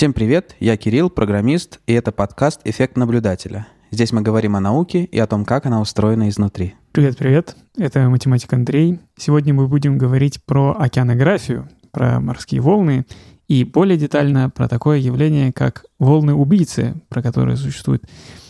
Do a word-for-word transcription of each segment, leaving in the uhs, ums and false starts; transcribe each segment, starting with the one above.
Всем привет, я Кирилл, программист, и это подкаст «Эффект наблюдателя». Здесь мы говорим о науке и о том, как она устроена изнутри. Привет-привет, это математик Андрей. Сегодня мы будем говорить про океанографию, про морские волны и более детально про такое явление, как волны-убийцы, про которые существует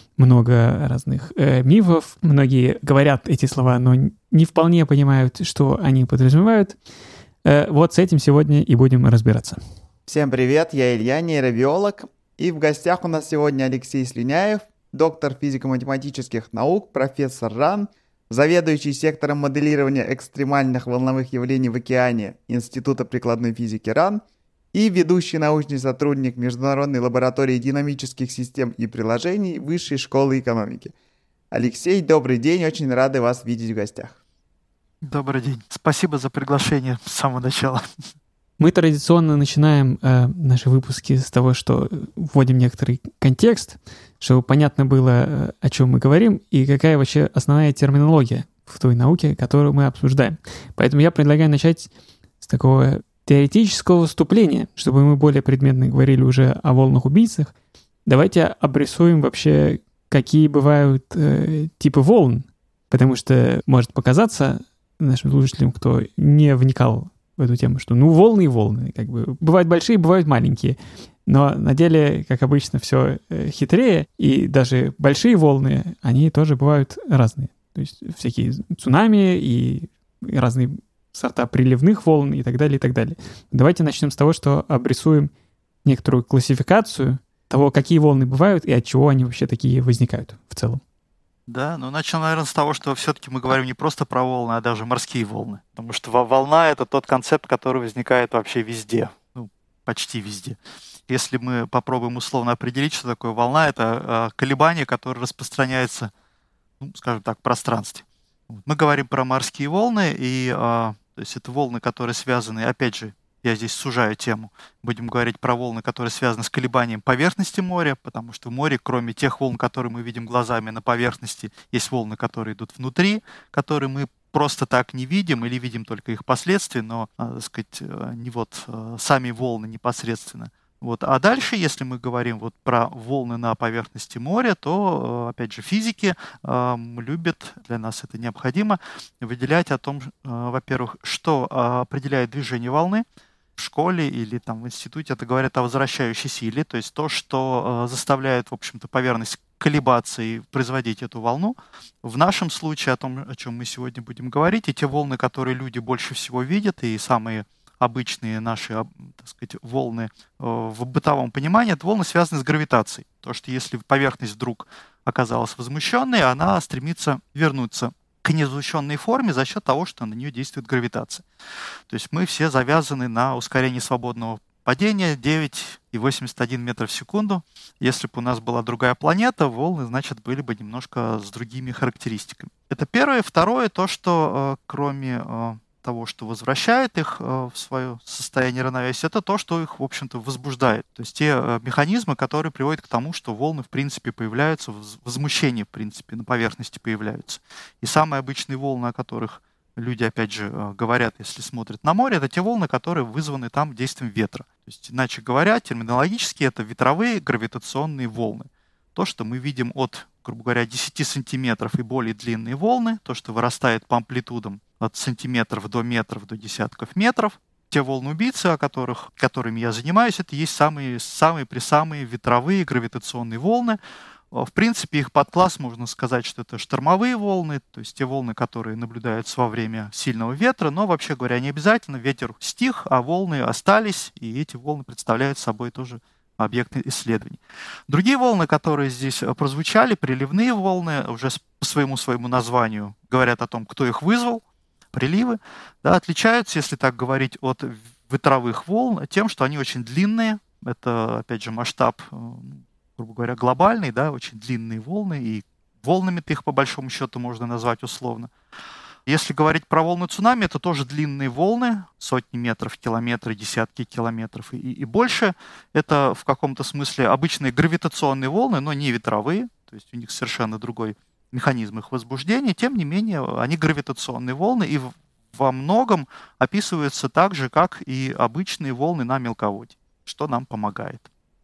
много разных э, мифов. Многие говорят эти слова, но не вполне понимают, что они подразумевают. Э, вот с этим сегодня и будем разбираться. Всем привет, я Илья, нейробиолог, и в гостях у нас сегодня Алексей Слюняев, доктор физико-математических наук, профессор РАН, заведующий сектором моделирования экстремальных волновых явлений в океане Института прикладной физики РАН и ведущий научный сотрудник Международной лаборатории динамических систем и приложений Высшей школы экономики. Алексей, добрый день, очень рады вас видеть в гостях. Добрый день, спасибо за приглашение с самого начала. Мы традиционно начинаем э, наши выпуски с того, что вводим некоторый контекст, чтобы понятно было, э, о чем мы говорим и какая вообще основная терминология в той науке, которую мы обсуждаем. Поэтому я предлагаю начать с такого теоретического вступления, чтобы мы более предметно говорили уже о волнах-убийцах. Давайте обрисуем вообще, какие бывают э, типы волн, потому что может показаться нашим слушателям, кто не вникал в эту тему, что ну волны и волны, как бы бывают большие, бывают маленькие, но на деле, как обычно, все хитрее, и даже большие волны, они тоже бывают разные. То есть всякие цунами и разные сорта приливных волн и так далее, и так далее. Давайте начнем с того, что обрисуем некоторую классификацию того, какие волны бывают и от чего они вообще такие возникают в целом. Да, ну начнем, наверное, с того, что все-таки мы говорим не просто про волны, а даже морские волны. Потому что волна — это тот концепт, который возникает вообще везде, ну, почти везде. Если мы попробуем условно определить, что такое волна, это э, колебание, которое распространяется, ну, скажем так, в пространстве. Мы говорим про морские волны, и э, то есть это волны, которые связаны, опять же, я здесь сужаю тему. Будем говорить про волны, которые связаны с колебанием поверхности моря, потому что в море, кроме тех волн, которые мы видим глазами на поверхности, есть волны, которые идут внутри, которые мы просто так не видим или видим только их последствия, но, так сказать, не вот сами волны непосредственно. Вот. А дальше, если мы говорим вот про волны на поверхности моря, то, опять же, физики э, любят, для нас это необходимо, выделять о том, э, во-первых, что э, определяет движение волны. В школе или там в институте это говорят о возвращающей силе, то есть то, что э, заставляет, в общем-то, поверхность колебаться и производить эту волну. В нашем случае, о том, о чем мы сегодня будем говорить, и те волны, которые люди больше всего видят, и самые обычные наши, так сказать, волны э, в бытовом понимании, это волны, связанные с гравитацией. То, что если поверхность вдруг оказалась возмущенной, она стремится вернуться к неизлученной форме за счет того, что на нее действует гравитация. То есть мы все завязаны на ускорение свободного падения девять и восемьдесят один метра в секунду. Если бы у нас была другая планета, волны, значит, были бы немножко с другими характеристиками. Это первое. Второе, то, что э, кроме э, того, что возвращает их э, в свое состояние равновесия, это то, что их, в общем-то, возбуждает. То есть те э, механизмы, которые приводят к тому, что волны, в принципе, появляются, возмущения, в принципе, на поверхности появляются. И самые обычные волны, о которых люди, опять же, э, говорят, если смотрят на море, это те волны, которые вызваны там действием ветра. То есть, иначе говоря, терминологически это ветровые гравитационные волны. То, что мы видим от, грубо говоря, десяти сантиметров и более длинные волны, то, что вырастает по амплитудам от сантиметров до метров, до десятков метров. Те волны-убийцы, о которых, которыми я занимаюсь, это есть самые, самые пресамые ветровые гравитационные волны. В принципе, их подкласс, можно сказать, что это штормовые волны, то есть те волны, которые наблюдаются во время сильного ветра, но, вообще говоря, не обязательно. Ветер стих, а волны остались, и эти волны представляют собой тоже объекты исследований. Другие волны, которые здесь прозвучали, приливные волны, уже по своему своему названию говорят о том, кто их вызвал. Приливы, да, отличаются, если так говорить, от ветровых волн тем, что они очень длинные. Это, опять же, масштаб, грубо говоря, глобальный, да, очень длинные волны, и волнами-то их, по большому счету, можно назвать условно. Если говорить про волны цунами, это тоже длинные волны, сотни метров, километры, десятки километров и, и больше. Это в каком-то смысле обычные гравитационные волны, но не ветровые, то есть у них совершенно другой механизм их возбуждения. Тем не менее, они гравитационные волны и во многом описываются так же, как и обычные волны на мелководье, что нам помогает.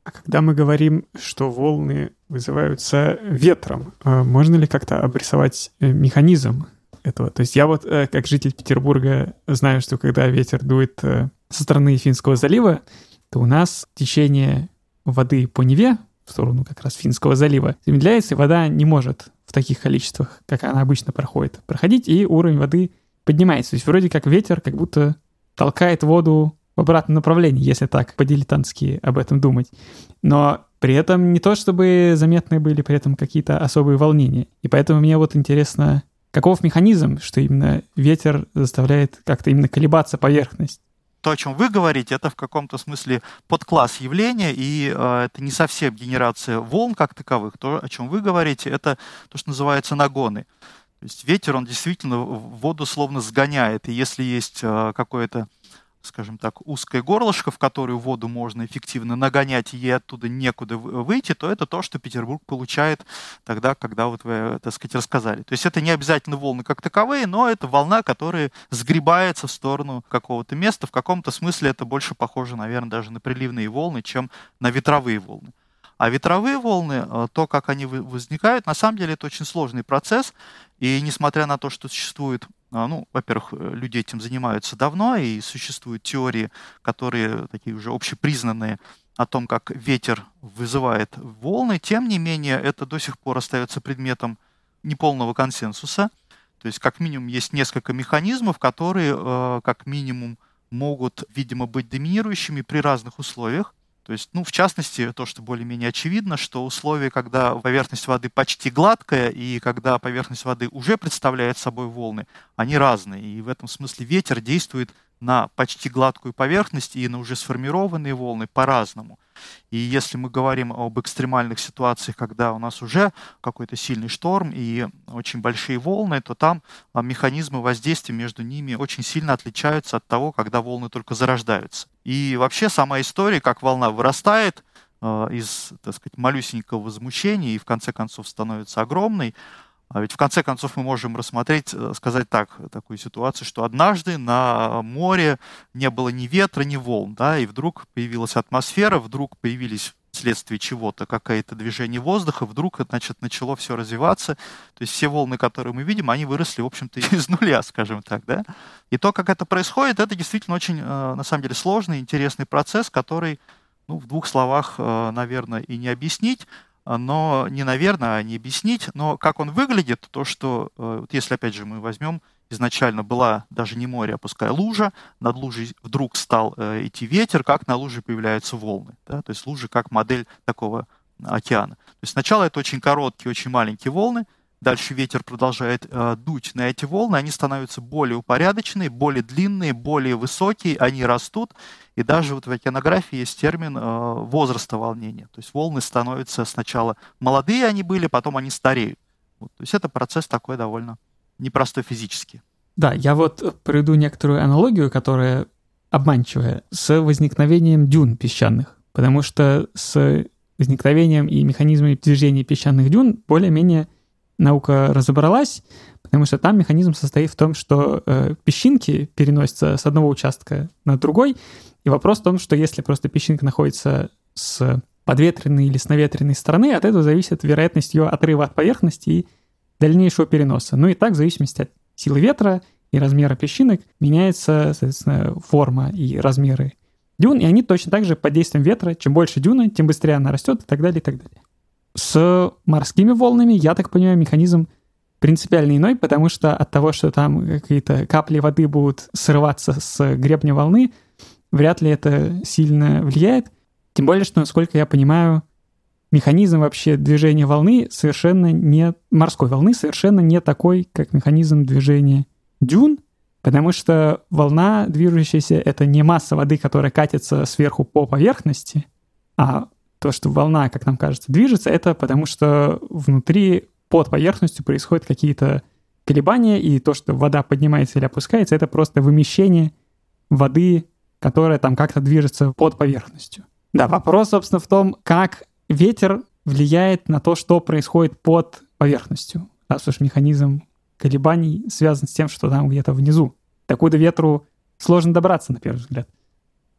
А когда мы говорим, что волны вызываются ветром, можно ли как-то обрисовать механизм этого? То есть я вот, как житель Петербурга, знаю, что когда ветер дует со стороны Финского залива, то у нас течение воды по Неве в сторону как раз Финского залива замедляется, и вода не может в таких количествах, как она обычно проходит, проходить, и уровень воды поднимается. То есть вроде как ветер как будто толкает воду в обратном направлении, если так по-дилетантски об этом думать. Но при этом не то, чтобы заметны были при этом какие-то особые волнения. И поэтому мне вот интересно, каков механизм, что именно ветер заставляет как-то именно колебаться поверхность? То, о чем вы говорите, это в каком-то смысле подкласс явления, и э, это не совсем генерация волн как таковых. То, о чем вы говорите, это то, что называется нагоны. То есть ветер, он действительно воду словно сгоняет, и если есть э, какое-то, скажем так, узкое горлышко, в которое воду можно эффективно нагонять, и ей оттуда некуда выйти, то это то, что Петербург получает тогда, когда вот вы, так сказать, рассказали. То есть это не обязательно волны как таковые, но это волна, которая сгребается в сторону какого-то места. В каком-то смысле это больше похоже, наверное, даже на приливные волны, чем на ветровые волны. А ветровые волны, то, как они возникают, на самом деле это очень сложный процесс. И несмотря на то, что существует, ну, во-первых, люди этим занимаются давно, и существуют теории, которые такие уже общепризнанные, о том, как ветер вызывает волны, тем не менее, это до сих пор остается предметом неполного консенсуса. То есть, как минимум, есть несколько механизмов, которые, как минимум, могут, видимо, быть доминирующими при разных условиях. То есть, ну, в частности, то, что более-менее очевидно, что условия, когда поверхность воды почти гладкая и когда поверхность воды уже представляет собой волны, они разные. И в этом смысле ветер действует на почти гладкую поверхность и на уже сформированные волны по-разному. И если мы говорим об экстремальных ситуациях, когда у нас уже какой-то сильный шторм и очень большие волны, то там механизмы воздействия между ними очень сильно отличаются от того, когда волны только зарождаются. И вообще сама история, как волна вырастает э, из, так сказать, малюсенького возмущения и в конце концов становится огромной. А ведь в конце концов мы можем рассмотреть, сказать так, такую ситуацию, что однажды на море не было ни ветра, ни волн, да, и вдруг появилась атмосфера, вдруг появились вследствие чего-то какое-то движение воздуха, вдруг, значит, начало все развиваться. То есть все волны, которые мы видим, они выросли, в общем-то, из нуля, скажем так, да. И то, как это происходит, это действительно очень, на самом деле, сложный, интересный процесс, который, ну, в двух словах, наверное, и не объяснить. Но не, наверное, а не объяснить, но как он выглядит, то, что, вот если, опять же, мы возьмем, изначально была даже не море, а пускай лужа, над лужей вдруг стал э, идти ветер, как на луже появляются волны, да? То есть лужа как модель такого океана. То есть сначала это очень короткие, очень маленькие волны, дальше ветер продолжает э, дуть на эти волны, они становятся более упорядоченные, более длинные, более высокие, они растут. И даже вот в океанографии есть термин э, возраста волнения. То есть волны становятся сначала молодые они были, потом они стареют. Вот. То есть это процесс такой довольно непростой физически. Да, я вот приведу некоторую аналогию, которая обманчивая, с возникновением дюн песчаных. Потому что с возникновением и механизмами движения песчаных дюн более-менее наука разобралась, потому что там механизм состоит в том, что э, песчинки переносятся с одного участка на другой, и вопрос в том, что если просто песчинка находится с подветренной или с наветренной стороны, от этого зависит вероятность ее отрыва от поверхности и дальнейшего переноса. Ну и так, в зависимости от силы ветра и размера песчинок, меняется, соответственно, форма и размеры дюн, и они точно так же под действием ветра, чем больше дюна, тем быстрее она растет и так далее, и так далее. С морскими волнами, я так понимаю, механизм принципиально иной, потому что от того, что там какие-то капли воды будут срываться с гребня волны, вряд ли это сильно влияет. Тем более, что, насколько я понимаю, механизм вообще движения волны совершенно не... морской волны совершенно не такой, как механизм движения дюн, потому что волна, движущаяся, это не масса воды, которая катится сверху по поверхности, а то, что волна, как нам кажется, движется, это потому что внутри, под поверхностью происходят какие-то колебания, и то, что вода поднимается или опускается, это просто вымещение воды, которая там как-то движется под поверхностью. Да, вопрос, собственно, в том, как ветер влияет на то, что происходит под поверхностью, раз уж механизм колебаний связан с тем, что там где-то внизу. Такую-то ветру сложно добраться, на первый взгляд.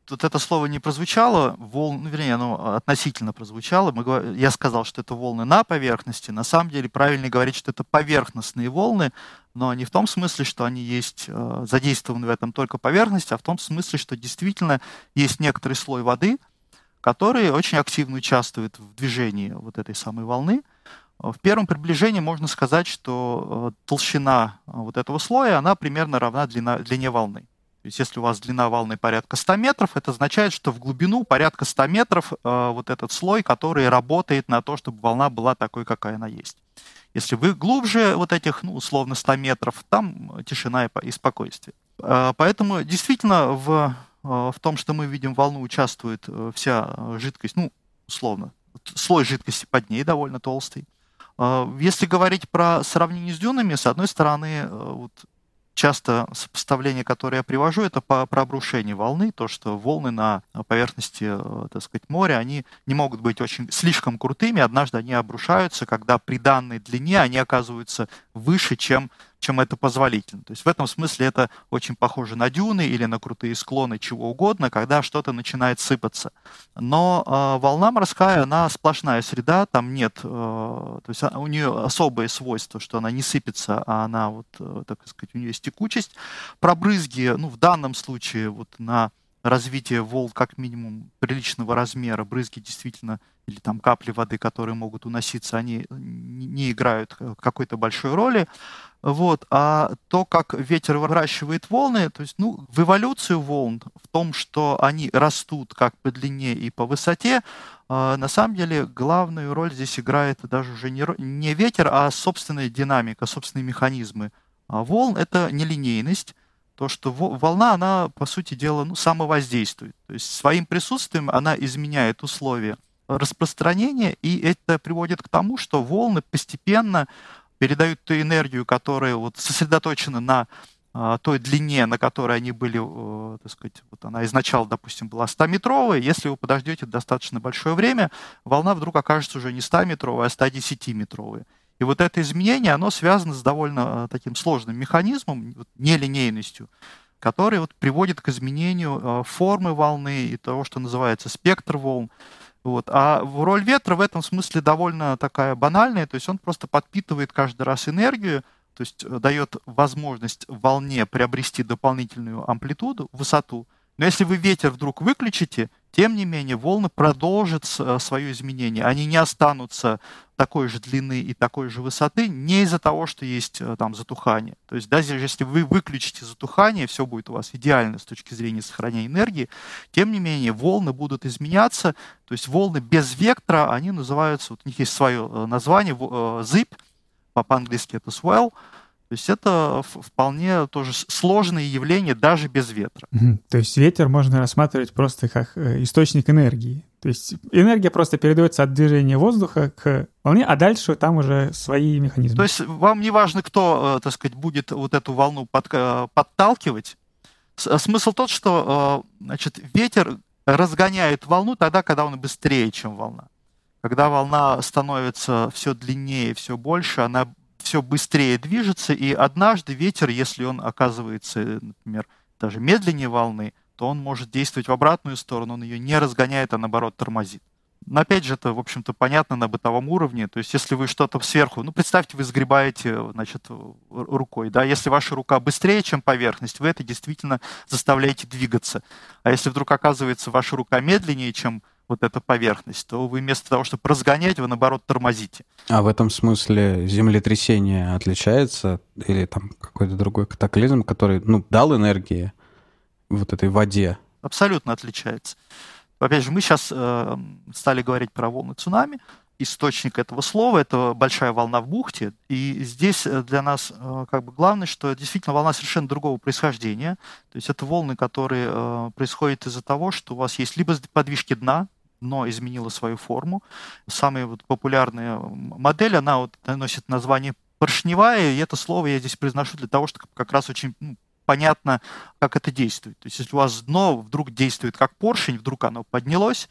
вот это слово не прозвучало, волн, ну, вернее, оно относительно прозвучало. Мы, говор- я сказал, что это волны на поверхности. На самом деле правильнее говорить, что это поверхностные волны, но не в том смысле, что они есть э, задействованы в этом только поверхность, а в том смысле, что действительно есть некоторый слой воды, который очень активно участвует в движении вот этой самой волны. В первом приближении можно сказать, что э, толщина э, вот этого слоя, она примерно равна длина, длине волны. То есть если у вас длина волны порядка ста метров, это означает, что в глубину порядка ста метров э, вот этот слой, который работает на то, чтобы волна была такой, какая она есть. Если вы глубже вот этих, ну, условно, ста метров, там тишина и, и спокойствие. Э, поэтому действительно в, э, в том, что мы видим волну, участвует э, вся жидкость, ну, условно, слой жидкости под ней довольно толстый. Э, если говорить про сравнение с дюнами, с одной стороны, э, вот, часто сопоставление, которое я привожу, это по, про обрушение волны, то, что волны на поверхности, так сказать, моря, они не могут быть очень слишком крутыми, однажды они обрушаются, когда при данной длине они оказываются выше, чем, чем это позволительно. То есть в этом смысле это очень похоже на дюны или на крутые склоны, чего угодно, когда что-то начинает сыпаться. Но э, волна морская, она сплошная среда, там нет, э, то есть у нее особое свойство, что она не сыпется, а она, вот, э, так сказать, у нее есть текучесть. Про брызги, ну, в данном случае вот на развитие волн как минимум приличного размера, брызги действительно, или там капли воды, которые могут уноситься, они не играют какой-то большой роли. Вот. А то, как ветер выращивает волны, то есть, ну, в эволюцию волн, в том, что они растут как по длине и по высоте, э, на самом деле главную роль здесь играет даже уже не, не ветер, а собственная динамика, собственные механизмы. А волн — это нелинейность, то, что волна, она, по сути дела, ну, самовоздействует. То есть своим присутствием она изменяет условия распространения, и это приводит к тому, что волны постепенно передают ту энергию, которая вот сосредоточена на а, той длине, на которой они были, э, так сказать, вот она изначально, допустим, была стометровая. Если вы подождете достаточно большое время, волна вдруг окажется уже не стометровой, а сто десятиметровой. И вот это изменение, оно связано с довольно э, таким сложным механизмом, вот, нелинейностью, который вот приводит к изменению э, формы волны и того, что называется спектр волн. Вот. А роль ветра в этом смысле довольно такая банальная, то есть он просто подпитывает каждый раз энергию, то есть дает возможность волне приобрести дополнительную амплитуду, высоту. Но если вы ветер вдруг выключите, тем не менее волны продолжат свое изменение. Они не останутся такой же длины и такой же высоты не из-за того, что есть там затухание. То есть даже если вы выключите затухание, все будет у вас идеально с точки зрения сохранения энергии, тем не менее волны будут изменяться. То есть волны без вектора, они называются, вот у них есть свое название, зыбь, по-английски это swell. То есть это вполне тоже сложное явление даже без ветра. Mm-hmm. То есть ветер можно рассматривать просто как источник энергии. То есть энергия просто передается от движения воздуха к волне, а дальше там уже свои механизмы. То есть вам не важно, кто, так сказать, будет вот эту волну под, подталкивать. Смысл тот, что, значит, ветер разгоняет волну тогда, когда он быстрее, чем волна. Когда волна становится все длиннее, все больше, она все быстрее движется, и однажды ветер, если он оказывается, например, даже медленнее волны, то он может действовать в обратную сторону, он ее не разгоняет, а наоборот тормозит. Но опять же, это, в общем-то, понятно на бытовом уровне. То есть, если вы что-то сверху, ну, представьте, вы сгребаете, значит, рукой, да, если ваша рука быстрее, чем поверхность, вы это действительно заставляете двигаться. А если вдруг оказывается ваша рука медленнее, чем вот эта поверхность, то вы вместо того, чтобы разгонять, вы, наоборот, тормозите. А в этом смысле землетрясение отличается или там какой-то другой катаклизм, который, ну, дал энергии вот этой воде? Абсолютно отличается. Опять же, мы сейчас э, стали говорить про волны цунами. Источник этого слова — это большая волна в бухте. И здесь для нас э, как бы главное, что действительно волна совершенно другого происхождения. То есть это волны, которые э, происходят из-за того, что у вас есть либо подвижки дна, дно изменило свою форму. Самая вот популярная модель, она вот носит название поршневая, и это слово я здесь произношу для того, чтобы как раз очень, ну, понятно, как это действует. То есть если у вас дно вдруг действует как поршень, вдруг оно поднялось,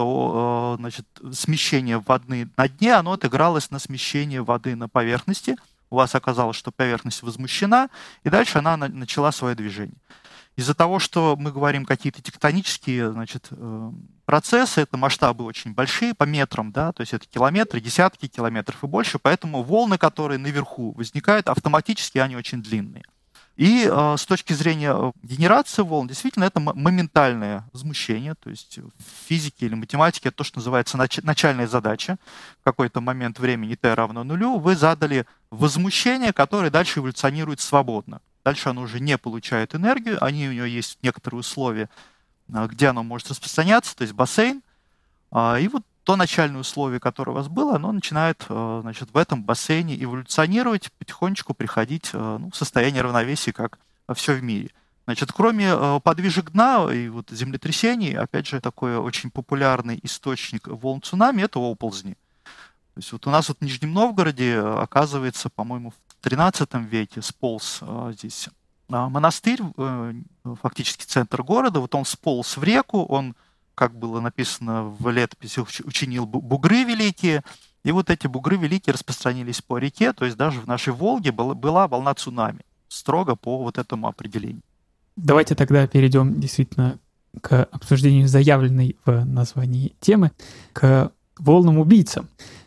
то, значит, смещение воды на дне, оно отыгралось на смещение воды на поверхности. У вас оказалось, что поверхность возмущена, и дальше она начала свое движение. Из-за того, что мы говорим какие-то тектонические, значит, процессы, это масштабы очень большие по метрам, да, то есть это километры, десятки километров и больше, поэтому волны, которые наверху возникают, автоматически они очень длинные. И э, с точки зрения генерации волн, действительно, это моментальное возмущение, то есть в физике или математике это то, что называется нач- начальная задача. В какой-то момент времени t равно нулю вы задали возмущение, которое дальше эволюционирует свободно. Дальше оно уже не получает энергию, они, у него есть некоторые условия, где оно может распространяться, то есть бассейн. И вот то начальное условие, которое у вас было, оно начинает, значит, в этом бассейне эволюционировать, потихонечку приходить, ну, в состояние равновесия, как все в мире. Значит, кроме подвижек дна и вот землетрясений, опять же, такой очень популярный источник волн цунами — это оползни. То есть вот у нас вот в Нижнем Новгороде, оказывается, по-моему, в тринадцатом веке сполз здесь монастырь, фактически центр города, вот он сполз в реку, он, как было написано в летописи, учинил бугры великие, и вот эти бугры великие распространились по реке, то есть даже в нашей Волге была волна цунами, строго по вот этому определению. Давайте тогда перейдем действительно к обсуждению заявленной в названии темы, к волнам-убийцам.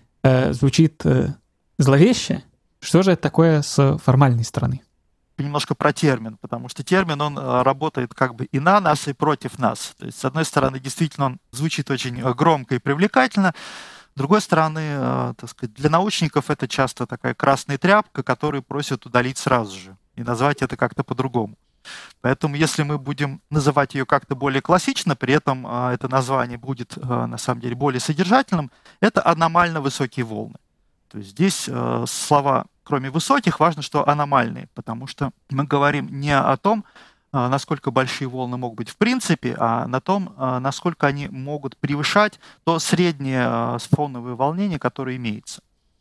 Звучит зловеще. Что же это такое с формальной стороны? Немножко про термин, потому что термин, он работает как бы и на нас, и против нас. То есть, с одной стороны, действительно, он звучит очень громко и привлекательно, с другой стороны, так сказать, для научников это часто такая красная тряпка, которую просят удалить сразу же и назвать это как-то по-другому. Поэтому, если мы будем называть ее как-то более классично, при этом это название будет, на самом деле, более содержательным, это аномально высокие волны. То есть здесь слова, кроме высоких, важно, что аномальные, потому что мы говорим не о том, насколько большие волны могут быть в принципе, а на том, насколько они могут превышать то среднее фоновое волнение, которое имеется.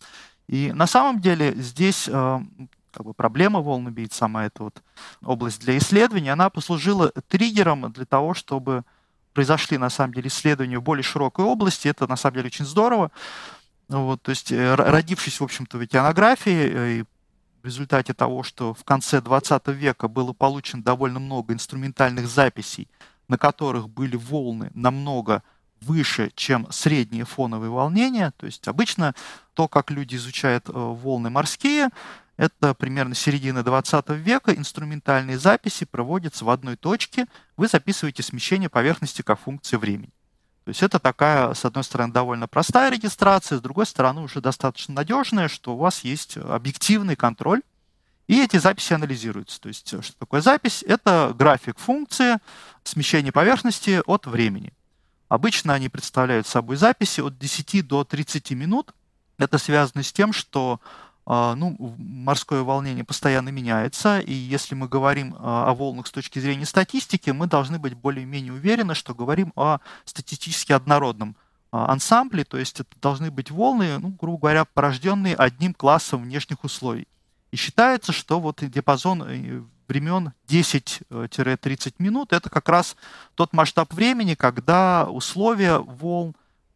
И на самом деле здесь как бы проблема волн-убийц, сама эта вот область для исследований, она послужила триггером для того, чтобы произошли на самом деле исследования в более широкой области. Это на самом деле очень здорово. Вот, то есть, родившись, в общем-то, в океанографии, и в результате того, что в конце двадцатого века было получено довольно много инструментальных записей, на которых были волны намного выше, чем средние фоновые волнения. То есть обычно то, как люди изучают волны морские, это примерно середина двадцатого века, инструментальные записи проводятся в одной точке, вы записываете смещение поверхности как функция времени. То есть это такая, с одной стороны, довольно простая регистрация, с другой стороны, уже достаточно надежная, что у вас есть объективный контроль, и эти записи анализируются. То есть что такое запись? Это график функции смещения поверхности от времени. Обычно они представляют собой записи от десяти до тридцати минут. Это связано с тем, что ну, морское волнение постоянно меняется, и если мы говорим о волнах с точки зрения статистики, мы должны быть более-менее уверены, что говорим о статистически однородном ансамбле, то есть это должны быть волны, ну, грубо говоря, порожденные одним классом внешних условий. И считается, что вот диапазон времен десять-тридцать минут — это как раз тот масштаб времени, когда условия волн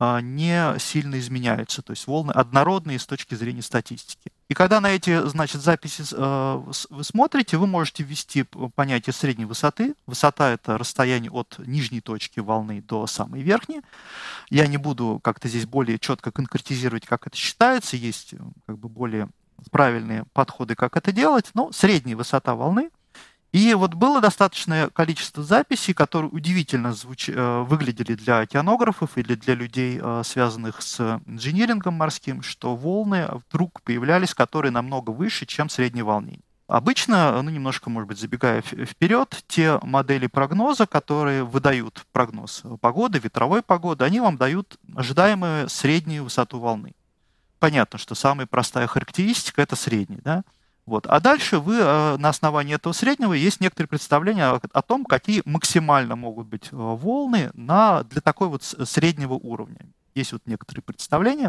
не сильно изменяются, то есть волны однородные с точки зрения статистики. И когда на эти, значит, записи вы смотрите, вы можете ввести понятие средней высоты. Высота — это расстояние от нижней точки волны до самой верхней. Я не буду как-то здесь более четко конкретизировать, как это считается, есть как бы более правильные подходы, как это делать, но средняя высота волны. И вот было достаточное количество записей, которые удивительно звуч... выглядели для океанографов или для людей, связанных с инжинирингом морским, что волны вдруг появлялись, которые намного выше, чем среднее волнение. Обычно, ну, немножко, может быть, забегая вперед, те модели прогноза, которые выдают прогноз погоды, ветровой погоды, они вам дают ожидаемую среднюю высоту волны. Понятно, что самая простая характеристика — это средняя, да? Вот. А дальше вы на основании этого среднего есть некоторые представления о, о том, какие максимально могут быть волны на, для такой вот среднего уровня. Есть вот некоторые представления.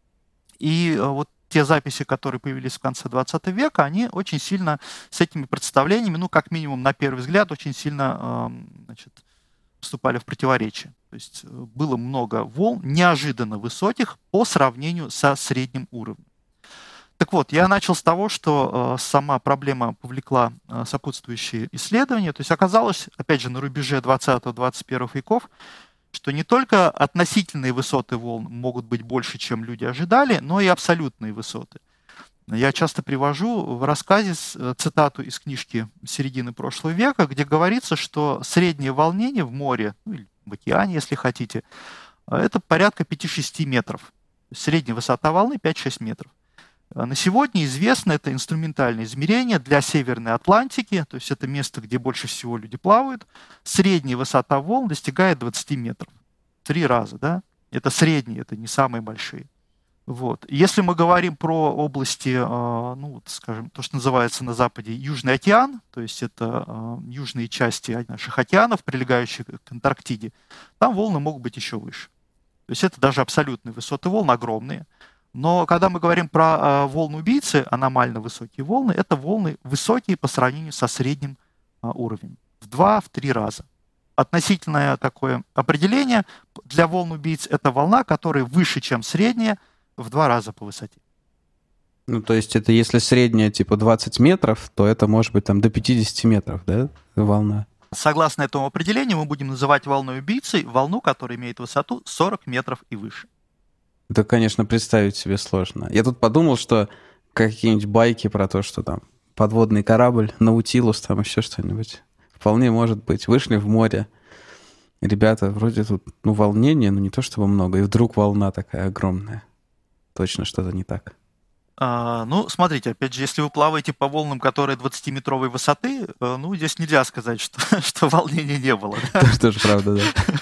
И вот те записи, которые появились в конце двадцатого века, они очень сильно с этими представлениями, ну, как минимум, на первый взгляд, очень сильно, значит, вступали в противоречие. То есть было много волн неожиданно высоких по сравнению со средним уровнем. Так вот, я начал с того, что э, сама проблема повлекла э, сопутствующие исследования. То есть оказалось, опять же, на рубеже двадцатого-двадцать первого веков, что не только относительные высоты волн могут быть больше, чем люди ожидали, но и абсолютные высоты. Я часто привожу в рассказе цитату из книжки середины прошлого века, где говорится, что среднее волнение в море, ну, или в океане, если хотите, это порядка пять-шесть метров. Средняя высота волны пять-шесть метров. На сегодня известно это инструментальное измерение для Северной Атлантики, то есть это место, где больше всего люди плавают. Средняя высота волн достигает двадцать метров. Три раза, да? Это средние, это не самые большие. Вот. Если мы говорим про области, ну, скажем, то, что называется на Западе Южный океан, то есть это южные части наших океанов, прилегающих к Антарктиде, там волны могут быть еще выше. То есть это даже абсолютные высоты волн огромные. Но когда мы говорим про волны-убийцы, аномально высокие волны, это волны высокие по сравнению со средним уровнем. В два-три раза. Относительное такое определение для волн-убийц – это волна, которая выше, чем средняя, в два раза по высоте. Ну, то есть это если средняя типа двадцать метров, то это может быть там до пятьдесят метров, да, волна? Согласно этому определению, мы будем называть волной-убийцей волну, которая имеет высоту сорок метров и выше. Это, конечно, представить себе сложно. Я тут подумал, что какие-нибудь байки про то, что там подводный корабль, Наутилус, там еще что-нибудь. Вполне может быть. Вышли в море. Ребята, вроде тут, ну, волнение, но не то чтобы много. И вдруг волна такая огромная. Точно что-то не так. А, ну, смотрите, опять же, если вы плаваете по волнам, которые двадцатиметровой высоты, ну, здесь нельзя сказать, что, что волнения не было. Это тоже правда,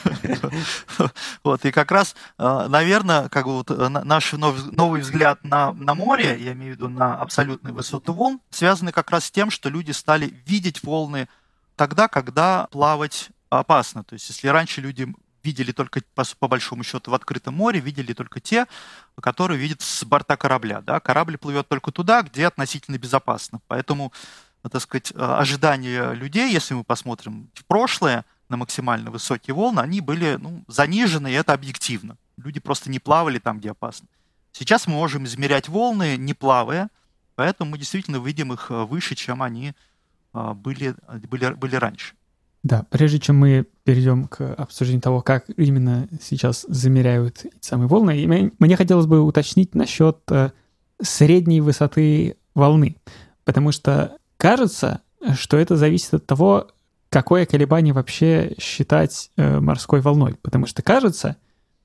да. Вот, и как раз, наверное, как бы вот наш новый взгляд на, на море, я имею в виду на абсолютную высоту волн, связаны как раз с тем, что люди стали видеть волны тогда, когда плавать опасно. То есть, если раньше люди видели только, по, по большому счету, в открытом море, видели только те, которые видят с борта корабля. Да? Корабль плывет только туда, где относительно безопасно. Поэтому, так сказать, ожидания людей, если мы посмотрим в прошлое, на максимально высокие волны, они были, ну, занижены, и это объективно. Люди просто не плавали там, где опасно. Сейчас мы можем измерять волны, не плавая, поэтому мы действительно видим их выше, чем они были, были, были раньше. Да, прежде чем мы перейдем к обсуждению того, как именно сейчас замеряют эти самые волны, мне хотелось бы уточнить насчет средней высоты волны, потому что кажется, что это зависит от того, какое колебание вообще считать морской волной, потому что кажется,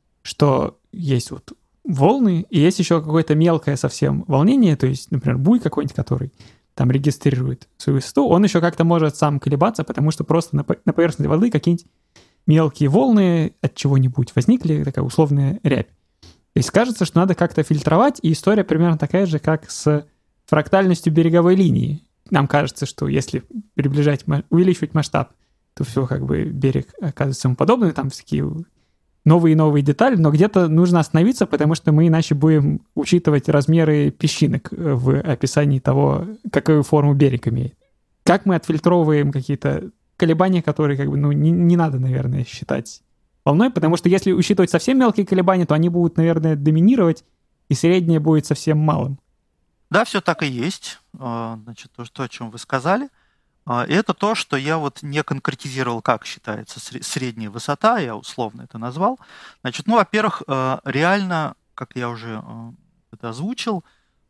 что есть вот волны, и есть еще какое-то мелкое совсем волнение, то есть, например, буй какой-нибудь, который там регистрирует свою высоту, он еще как-то может сам колебаться, потому что просто на, на поверхности воды какие-нибудь мелкие волны от чего-нибудь возникли, такая условная рябь. То есть кажется, что надо как-то фильтровать, и история примерно такая же, как с фрактальностью береговой линии. Нам кажется, что если приближать, увеличивать масштаб, то все как бы берег оказывается ему подобный, там такие новые и новые детали, но где-то нужно остановиться, потому что мы иначе будем учитывать размеры песчинок в описании того, какую форму берег имеет. Как мы отфильтровываем какие-то колебания, которые как бы, ну, не, не надо, наверное, считать волной, потому что если учитывать совсем мелкие колебания, то они будут, наверное, доминировать, и среднее будет совсем малым. Да, все так и есть. Значит, то, то, о чем вы сказали. И это то, что я вот не конкретизировал, как считается средняя высота, я условно это назвал. Значит, ну, во-первых, реально, как я уже это озвучил,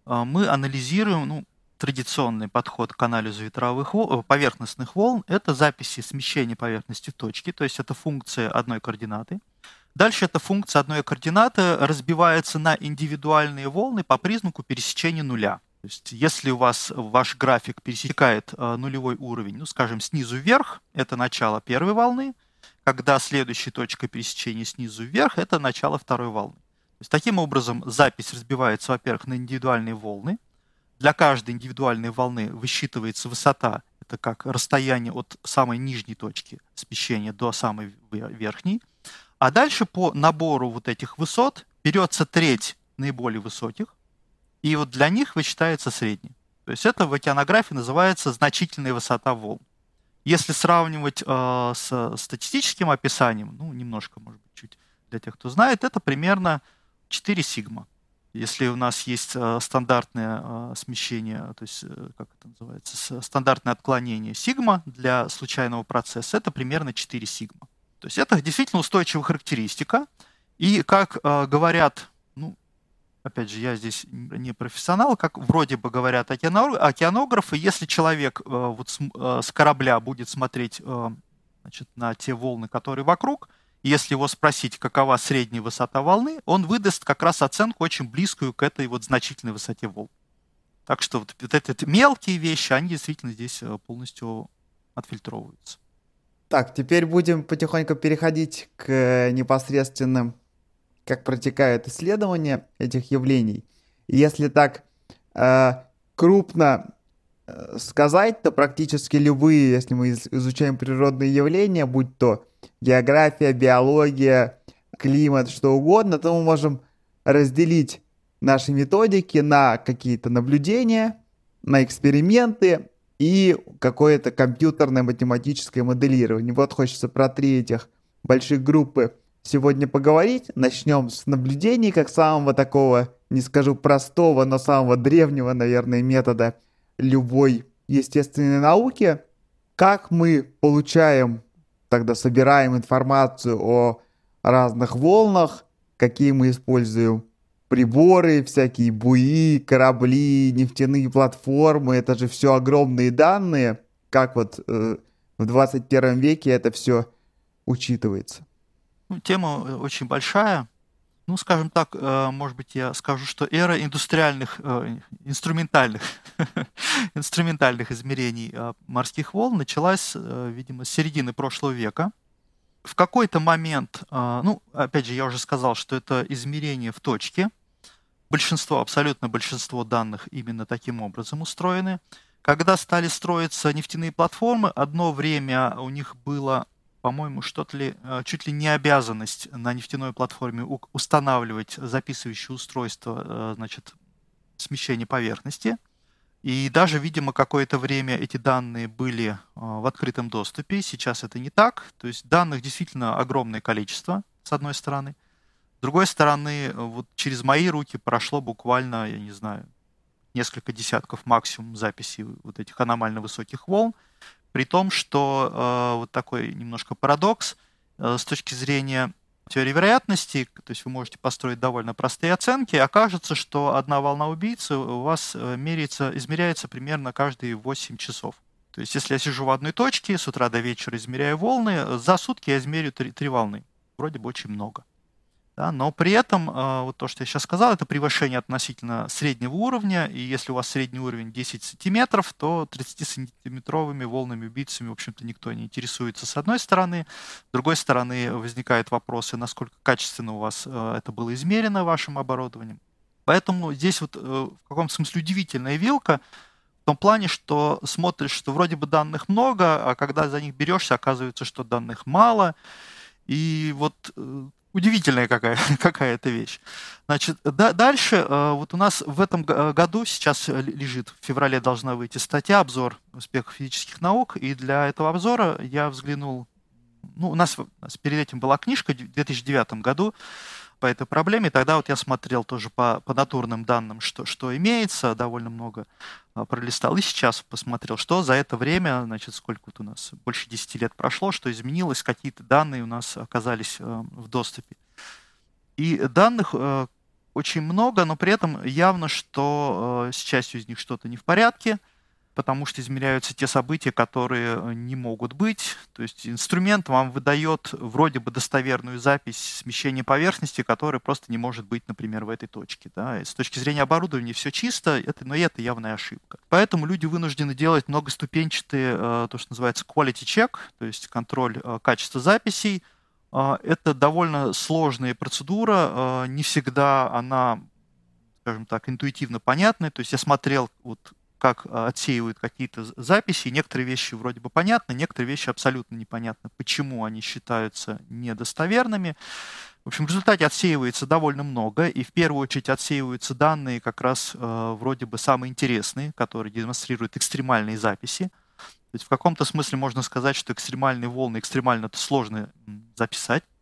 мы анализируем, ну, традиционный подход к анализу ветровых волн, поверхностных волн. Это записи смещения поверхности в точке, то есть это функция одной координаты. Дальше эта функция одной координаты разбивается на индивидуальные волны по признаку пересечения нуля. То есть если у вас ваш график пересекает э, нулевой уровень, ну, скажем, снизу вверх, это начало первой волны, когда следующая точка пересечения снизу вверх, это начало второй волны. То есть таким образом запись разбивается, во-первых, на индивидуальные волны. Для каждой индивидуальной волны высчитывается высота, это как расстояние от самой нижней точки смещения до самой верхней. А дальше по набору вот этих высот берется треть наиболее высоких, и вот для них вычитается средний. То есть это в океанографии называется значительная высота волн. Если сравнивать э, с статистическим описанием, ну, немножко, может быть, чуть для тех, кто знает, это примерно четыре сигма. Если у нас есть э, стандартное э, смещение, то есть, э, как это называется, с- стандартное отклонение сигма для случайного процесса, это примерно четыре сигма. То есть это действительно устойчивая характеристика. И как э, говорят, ну, опять же, я здесь не профессионал, как вроде бы говорят океано- океанографы, если человек э, вот с, м- э, с корабля будет смотреть э, значит, на те волны, которые вокруг, и если его спросить, какова средняя высота волны, он выдаст как раз оценку очень близкую к этой вот значительной высоте волн. Так что вот, вот эти мелкие вещи, они действительно здесь э, полностью отфильтровываются. Так, теперь будем потихоньку переходить к э, непосредственным, как протекают исследования этих явлений. И если так э, крупно э, сказать, то практически любые, если мы из- изучаем природные явления, будь то география, биология, климат, что угодно, то мы можем разделить наши методики на какие-то наблюдения, на эксперименты и какое-то компьютерное математическое моделирование. Вот хочется про три этих больших группы сегодня поговорить. Начнем с наблюдений, как самого такого, не скажу простого, но самого древнего, наверное, метода любой естественной науки. Как мы получаем, тогда собираем информацию о разных волнах, какие мы используем приборы, всякие буи, корабли, нефтяные платформы. Это же все огромные данные. Как вот э, в двадцать первом веке это все учитывается? Ну, тема э, очень большая. Ну, скажем так, э, может быть, я скажу, что эра индустриальных, э, инструментальных, инструментальных измерений э, морских волн началась, э, видимо, с середины прошлого века. В какой-то момент, э, ну, опять же, я уже сказал, что это измерение в точке. Большинство, абсолютно большинство данных именно таким образом устроены. Когда стали строиться нефтяные платформы, одно время у них было, по-моему, что-то ли, э, чуть ли не обязанность на нефтяной платформе у- устанавливать записывающее устройство, э, значит, смещения поверхности. И даже, видимо, какое-то время эти данные были э, в открытом доступе. Сейчас это не так. То есть данных действительно огромное количество, с одной стороны. С другой стороны, э, вот через мои руки прошло буквально, я не знаю, несколько десятков максимум записей вот этих аномально высоких волн, при том, что э, вот такой немножко парадокс э, с точки зрения теории вероятности, то есть вы можете построить довольно простые оценки, окажется, что одна волна убийцы у вас э, меряется, измеряется примерно каждые восемь часов. То есть если я сижу в одной точке, с утра до вечера измеряю волны, за сутки я измерю три, три волны. Вроде бы очень много. Да, но при этом, э, вот то, что я сейчас сказал, это превышение относительно среднего уровня, и если у вас средний уровень десять сантиметров, то тридцатисантиметровыми волнами убийцами, в общем-то, никто не интересуется с одной стороны. С другой стороны, возникают вопросы, насколько качественно у вас э, это было измерено вашим оборудованием. Поэтому здесь вот э, в каком-то смысле удивительная вилка, в том плане, что смотришь, что вроде бы данных много, а когда за них берешься, оказывается, что данных мало. И вот э, удивительная какая, какая-то вещь. Значит, да, дальше э, вот у нас в этом г- году сейчас э, лежит, в феврале должна выйти статья, обзор успехов физических наук, и для этого обзора я взглянул, ну, у нас, у нас перед этим была книжка в две тысячи девятом году по этой проблеме, тогда вот я смотрел тоже по, по натурным данным, что, что имеется, довольно много а, пролистал, и сейчас посмотрел, что за это время, значит, сколько вот у нас, больше десяти лет прошло, что изменилось, какие-то данные у нас оказались э, в доступе. И данных э, очень много, но при этом явно, что э, с частью из них что-то не в порядке, потому что измеряются те события, которые э, не могут быть. То есть инструмент вам выдает вроде бы достоверную запись смещения поверхности, которая просто не может быть, например, в этой точке. Да. И с точки зрения оборудования все чисто, это, но это явная ошибка. Поэтому люди вынуждены делать многоступенчатые, э, то, что называется quality check, то есть контроль э, качества записей. Э, это довольно сложная процедура, э, не всегда она, скажем так, интуитивно понятная. То есть я смотрел вот как отсеивают какие-то записи. Некоторые вещи вроде бы понятны, некоторые вещи абсолютно непонятно, почему они считаются недостоверными. В общем, в результате отсеивается довольно много, и в первую очередь отсеиваются данные как раз э, вроде бы самые интересные, которые демонстрируют экстремальные записи. То есть в каком-то смысле можно сказать, что экстремальные волны экстремально сложно записать.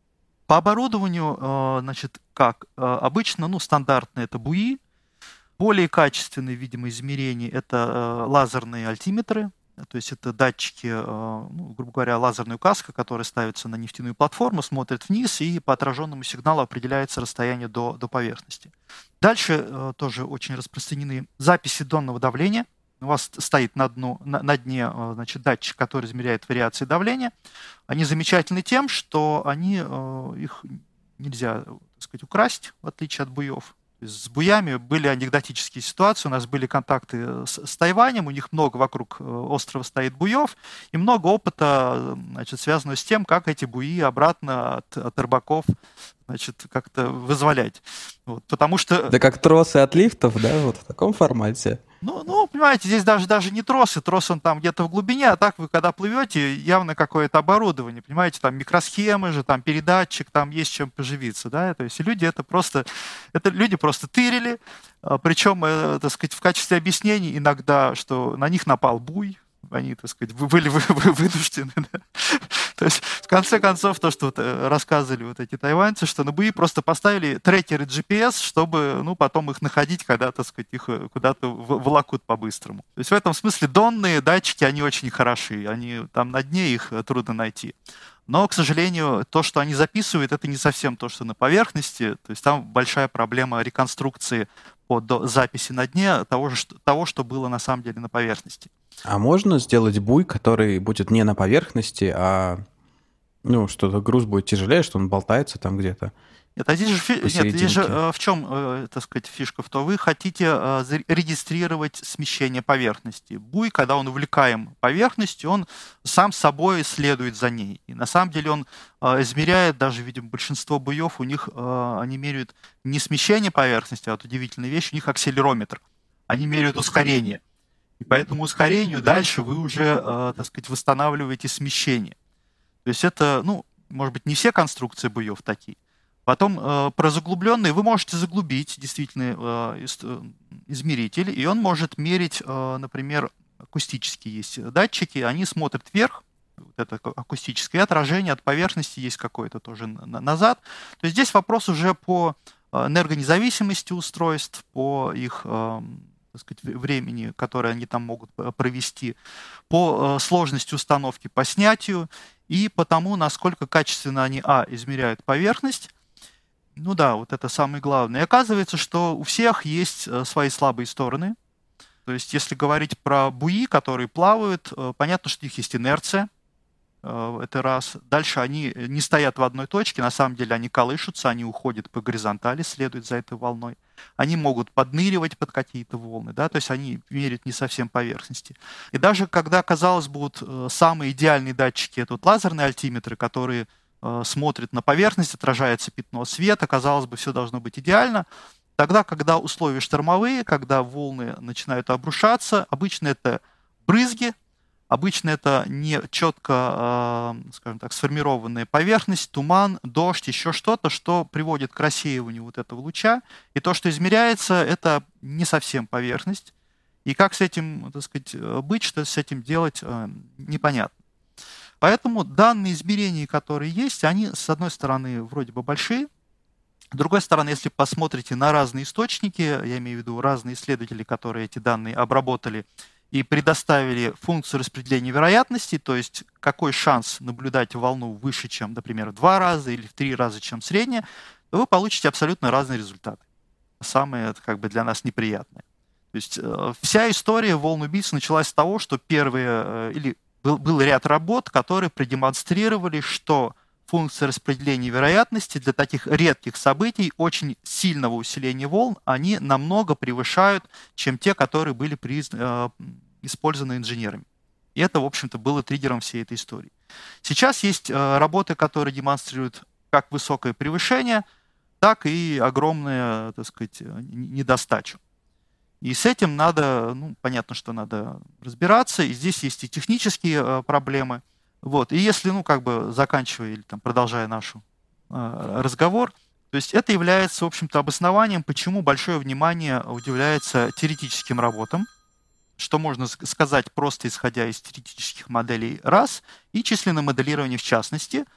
По оборудованию, э, значит, как? Э, обычно, ну, стандартно это буи. Более качественные, видимо, измерения — это э, лазерные альтиметры. То есть это датчики, э, ну, грубо говоря, лазерная указка, которая ставится на нефтяную платформу, смотрит вниз, и по отраженному сигналу определяется расстояние до, до поверхности. Дальше э, тоже очень распространены записи донного давления. У вас стоит на, дну, на, на дне э, значит, датчик, который измеряет вариации давления. Они замечательны тем, что они, э, их нельзя, так сказать, украсть, в отличие от буев. С буями были анекдотические ситуации. У нас были контакты с, с Тайванем, у них много вокруг острова стоит буев, и много опыта, значит, связанного с тем, как эти буи обратно от, от рыбаков, значит, как-то вызволять. Вот, потому что... Да как тросы от лифтов, да, вот в таком формате. Ну, ну, понимаете, здесь даже, даже не тросы, трос он там где-то в глубине, а так вы, когда плывете, явно какое-то оборудование, понимаете, там микросхемы же, там передатчик, там есть чем поживиться, да, то есть люди это просто, это люди просто тырили, причем, так сказать, в качестве объяснений иногда, что на них напал буй, они, так сказать, были вынуждены. Да? То есть, в конце концов, то, что вот рассказывали вот эти тайваньцы, что на буи просто поставили трекеры джи пи эс, чтобы, ну, потом их находить, когда, так сказать, их куда-то волокут по-быстрому. То есть в этом смысле донные датчики, они очень хороши, они там на дне, их трудно найти. Но, к сожалению, то, что они записывают, это не совсем то, что на поверхности. То есть там большая проблема реконструкции по записи на дне того, что, того, что было на самом деле на поверхности. А можно сделать буй, который будет не на поверхности, а ну, что-то груз будет тяжелее, что он болтается там где-то? Нет, а здесь же, фи... Нет, здесь же э, в чем, э, так сказать, фишка? В том, вы хотите э, регистрировать смещение поверхности. Буй, когда он увлекаем поверхностью, он сам собой следует за ней. И на самом деле он э, измеряет, даже, видимо, большинство буев, у них, э, они меряют не смещение поверхности, а вот удивительная вещь, у них акселерометр. Они меряют ускорение. И по этому ускорению дальше вы уже, э, так сказать, восстанавливаете смещение. То есть это, ну, может быть, не все конструкции буев такие. Потом э, про заглубленные вы можете заглубить действительно э, измеритель, и он может мерить, э, например, акустические есть датчики, они смотрят вверх, вот это акустическое, и отражение от поверхности есть какое-то тоже на- назад. То есть здесь вопрос уже по энергонезависимости устройств, по их, э, так сказать, времени, которое они там могут провести, по э, сложности установки по снятию и по тому, насколько качественно они, а, измеряют поверхность. Ну да, вот это самое главное. И оказывается, что у всех есть свои слабые стороны. То есть, если говорить про буи, которые плавают, понятно, что у них есть инерция. Это раз. Дальше они не стоят в одной точке, на самом деле они колышутся, они уходят по горизонтали, следуют за этой волной. Они могут подныривать под какие-то волны, да, то есть они меряют не совсем поверхности. И даже когда, казалось бы, вот самые идеальные датчики, это вот лазерные альтиметры, которые смотрит на поверхность, отражается пятно света, казалось бы, все должно быть идеально. Тогда, когда условия штормовые, когда волны начинают обрушаться, обычно это брызги, обычно это не четко, скажем так, сформированная поверхность, туман, дождь, еще что-то, что приводит к рассеиванию вот этого луча. И то, что измеряется, это не совсем поверхность. И как с этим, так сказать, быть, что с этим делать, непонятно. Поэтому данные измерения, которые есть, они, с одной стороны, вроде бы большие. С другой стороны, если посмотрите на разные источники, я имею в виду разные исследователи, которые эти данные обработали и предоставили функцию распределения вероятностей, то есть какой шанс наблюдать волну выше, чем, например, в два раза или в три раза, чем средняя, то вы получите абсолютно разные результаты. Самое, как бы, для нас неприятное. То есть э, вся история волн убийц началась с того, что первые, э, или Был, был ряд работ, которые продемонстрировали, что функции распределения вероятности для таких редких событий, очень сильного усиления волн, они намного превышают, чем те, которые были приз... э, использованы инженерами. И это, в общем-то, было триггером всей этой истории. Сейчас есть э, работы, которые демонстрируют как высокое превышение, так и огромную, так сказать, недостачу. И с этим надо, ну, понятно, что надо разбираться, и здесь есть и технические э, проблемы. Вот. И если, ну, как бы заканчивая или там, продолжая наш э, разговор, то есть это является, в общем-то, обоснованием, почему большое внимание уделяется теоретическим работам, что можно сказать просто исходя из теоретических моделей раз, и численное моделирование в частности.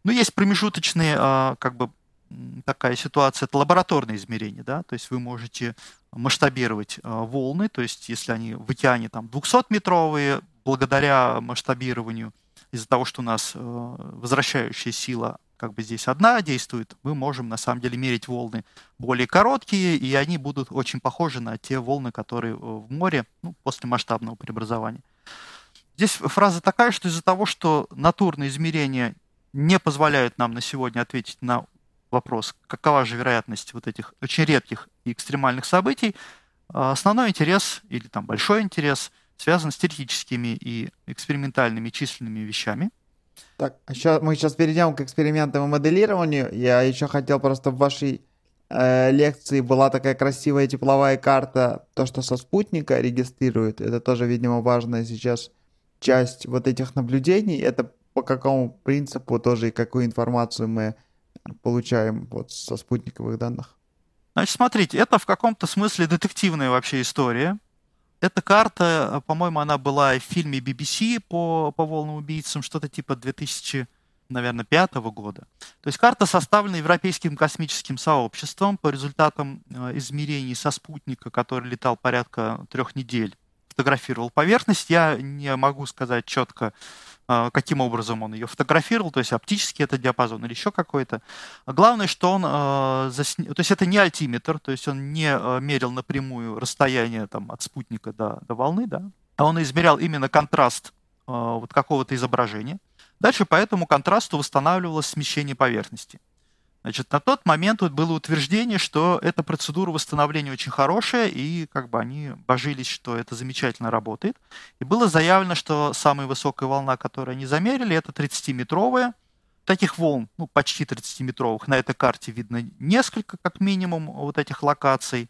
Ну, есть промежуточные, как бы, такая ситуация, это лабораторные измерения, да, то есть вы можете масштабировать волны, то есть если они в океане там двухсотметровые, благодаря масштабированию, из-за того, что у нас возвращающая сила как бы здесь одна действует, мы можем на самом деле мерить волны более короткие, и они будут очень похожи на те волны, которые в море, ну, после масштабного преобразования. Здесь фраза такая, что из-за того, что натурные измерения не позволяют нам на сегодня ответить на вопрос, какова же вероятность вот этих очень редких и экстремальных событий, основной интерес или там большой интерес связан с теоретическими и экспериментальными численными вещами. Так, сейчас, мы сейчас перейдем к экспериментам и моделированию. Я еще хотел просто в вашей э, лекции была такая красивая тепловая карта, то, что со спутника регистрирует. Это тоже, видимо, важная сейчас часть вот этих наблюдений. Это по какому принципу тоже и какую информацию мы получаем вот со спутниковых данных? Значит, смотрите, это в каком-то смысле детективная вообще история. Эта карта, по-моему, она была в фильме би би си по, по волнам убийцам, что-то типа две тысячи пятого года. То есть карта составлена Европейским космическим сообществом по результатам измерений со спутника, который летал порядка трех недель, фотографировал поверхность. Я не могу сказать четко, каким образом он ее фотографировал, то есть оптический это диапазон или еще какой-то. Главное, что он, э, засня... то есть это не альтиметр, то есть он не э, мерил напрямую расстояние там, от спутника до, до волны, да, а он измерял именно контраст э, вот какого-то изображения. Дальше по этому контрасту восстанавливалось смещение поверхности. Значит, на тот момент вот было утверждение, что эта процедура восстановления очень хорошая, и как бы они божились, что это замечательно работает. И было заявлено, что самая высокая волна, которую они замерили, это тридцатиметровая. Таких волн, ну, почти тридцатиметровых, на этой карте видно несколько, как минимум, вот этих локаций.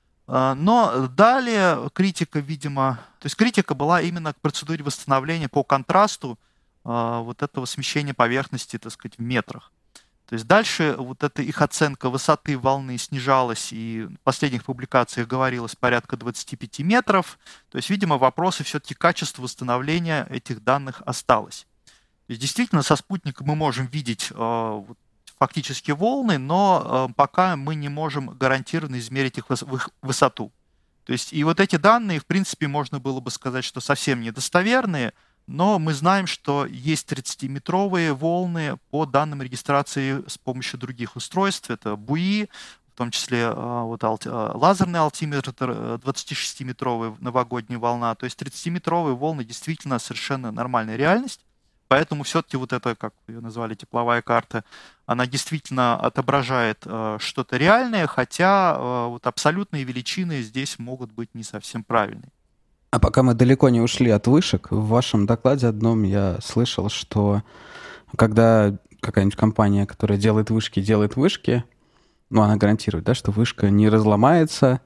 Но далее критика, видимо, то есть критика была именно к процедуре восстановления по контрасту вот этого смещения поверхности, так сказать, в метрах. То есть дальше вот эта их оценка высоты волны снижалась, и в последних публикациях говорилось порядка двадцати пяти метров. То есть, видимо, вопросы все-таки качества восстановления этих данных осталось. То есть, действительно, со спутника мы можем видеть э, фактически волны, но э, пока мы не можем гарантированно измерить их, выс- их высоту. То есть, и вот эти данные, в принципе, можно было бы сказать, что совсем недостоверные, но мы знаем, что есть тридцатиметровые волны по данным регистрации с помощью других устройств. Это буи, в том числе вот, алти, лазерный алтиметр, двадцатишестиметровая новогодняя волна. То есть тридцатиметровые волны действительно совершенно нормальная реальность. Поэтому все-таки вот эта, как ее назвали, тепловая карта, она действительно отображает э, что-то реальное, хотя э, вот абсолютные величины здесь могут быть не совсем правильные. А пока мы далеко не ушли от вышек, в вашем докладе одном я слышал, что когда какая-нибудь компания, которая делает вышки, делает вышки, ну, она гарантирует, да, что вышка не разломается,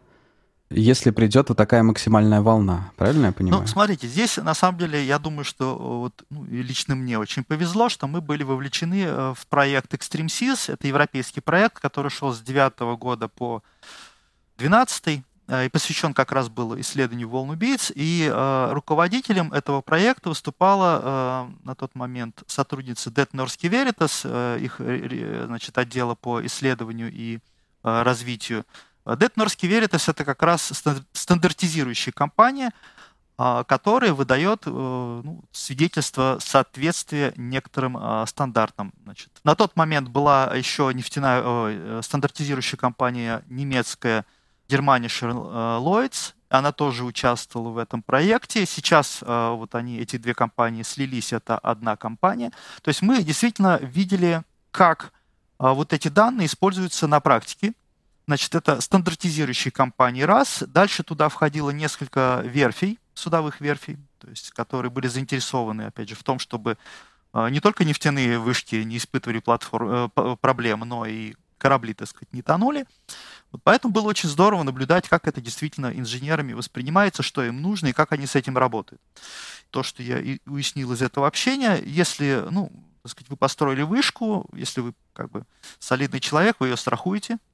если придет вот такая максимальная волна. Правильно я понимаю? Ну, смотрите, здесь, на самом деле, я думаю, что вот, ну, лично мне очень повезло, что мы были вовлечены в проект Extreme Seas. Это европейский проект, который шел с девятого года по двенадцатый. И посвящен как раз был исследованию волн убийц, и э, руководителем этого проекта выступала э, на тот момент сотрудница Det Norske Veritas, э, их э, значит, отдела по исследованию и э, развитию. Det Norske Veritas — это как раз стандартизирующая компания, э, которая выдает э, ну, свидетельство соответствия некоторым э, стандартам. Значит, на тот момент была еще нефтяная э, стандартизирующая компания немецкая Germanischer Lloyds, она тоже участвовала в этом проекте. Сейчас э, вот они, эти две компании слились, это одна компания. То есть мы действительно видели, как э, вот эти данные используются на практике. Значит, это стандартизирующие компании раз. Дальше туда входило несколько верфей, судовых верфей, то есть, которые были заинтересованы, опять же, в том, чтобы э, не только нефтяные вышки не испытывали платформ, э, проблем, но и корабли, так сказать, не тонули. Вот поэтому было очень здорово наблюдать, как это действительно инженерами воспринимается, что им нужно и как они с этим работают. То, что я и уяснил из этого общения, если, ну, так сказать, вы построили вышку, если вы как бы солидный человек, вы ее страхуете,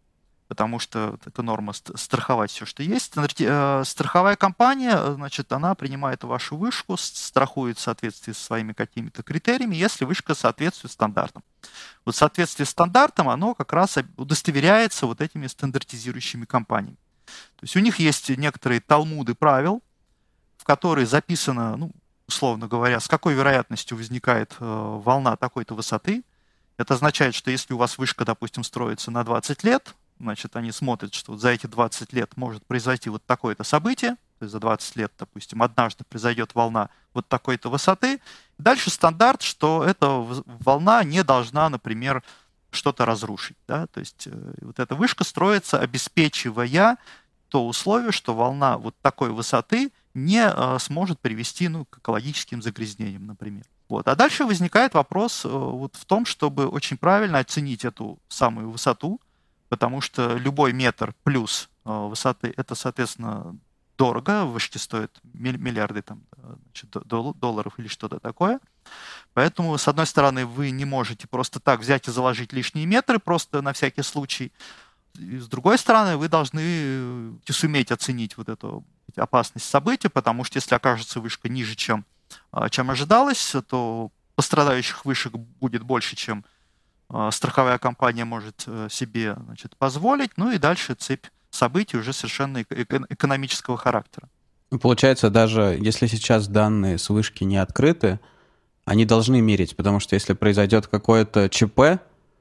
потому что это норма страховать все, что есть. Страховая компания, значит, она принимает вашу вышку, страхует в соответствии со своими какими-то критериями, если вышка соответствует стандартам. Вот соответствие стандартам, оно как раз удостоверяется вот этими стандартизирующими компаниями. То есть у них есть некоторые талмуды правил, в которые записано, ну, условно говоря, с какой вероятностью возникает э, волна такой-то высоты. Это означает, что если у вас вышка, допустим, строится на двадцать лет, значит, они смотрят, что вот за эти двадцать лет может произойти вот такое-то событие, то есть за двадцать лет, допустим, однажды произойдет волна вот такой-то высоты. Дальше стандарт, что эта волна не должна, например, что-то разрушить. Да? То есть э, вот эта вышка строится, обеспечивая то условие, что волна вот такой высоты не э, сможет привести, ну, к экологическим загрязнениям, например. Вот. А дальше возникает вопрос э, вот в том, чтобы очень правильно оценить эту самую высоту, потому что любой метр плюс э, высоты, это, соответственно, дорого, вышки стоят миллиарды там, значит, долларов или что-то такое. Поэтому, с одной стороны, вы не можете просто так взять и заложить лишние метры, просто на всякий случай. И с другой стороны, вы должны суметь оценить вот эту опасность события, потому что если окажется вышка ниже, чем, чем ожидалось, то пострадающих вышек будет больше, чем страховая компания может себе, значит, позволить. Ну и дальше цепь событий уже совершенно экономического характера. Получается, даже если сейчас данные с вышки не открыты, они должны мерить, потому что если произойдет какое-то ЧП,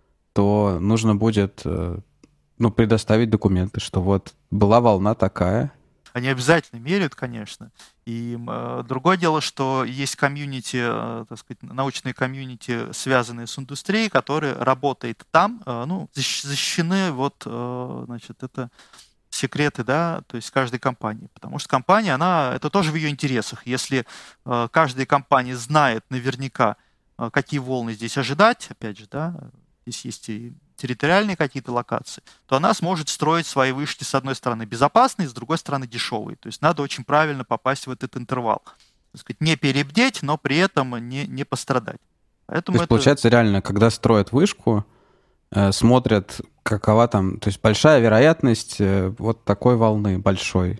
то нужно будет, ну, предоставить документы, что вот была волна такая. Они обязательно меряют, конечно. И э, другое дело, что есть комьюнити, э, так сказать, научные комьюнити, связанные с индустрией, которые работают там, э, ну, защищены вот, э, значит, это секреты, да, то есть каждой компании. Потому что компания, она, это тоже в ее интересах. Если э, каждая компания знает наверняка, э, какие волны здесь ожидать, опять же, да, здесь есть и территориальные какие-то локации, то она сможет строить свои вышки, с одной стороны, безопасные, с другой стороны, дешевые. То есть надо очень правильно попасть в этот интервал. Так сказать, не перебдеть, но при этом не, не пострадать. Поэтому то есть, это... получается, реально, когда строят вышку, э, смотрят, какова там... То есть большая вероятность э, вот такой волны большой.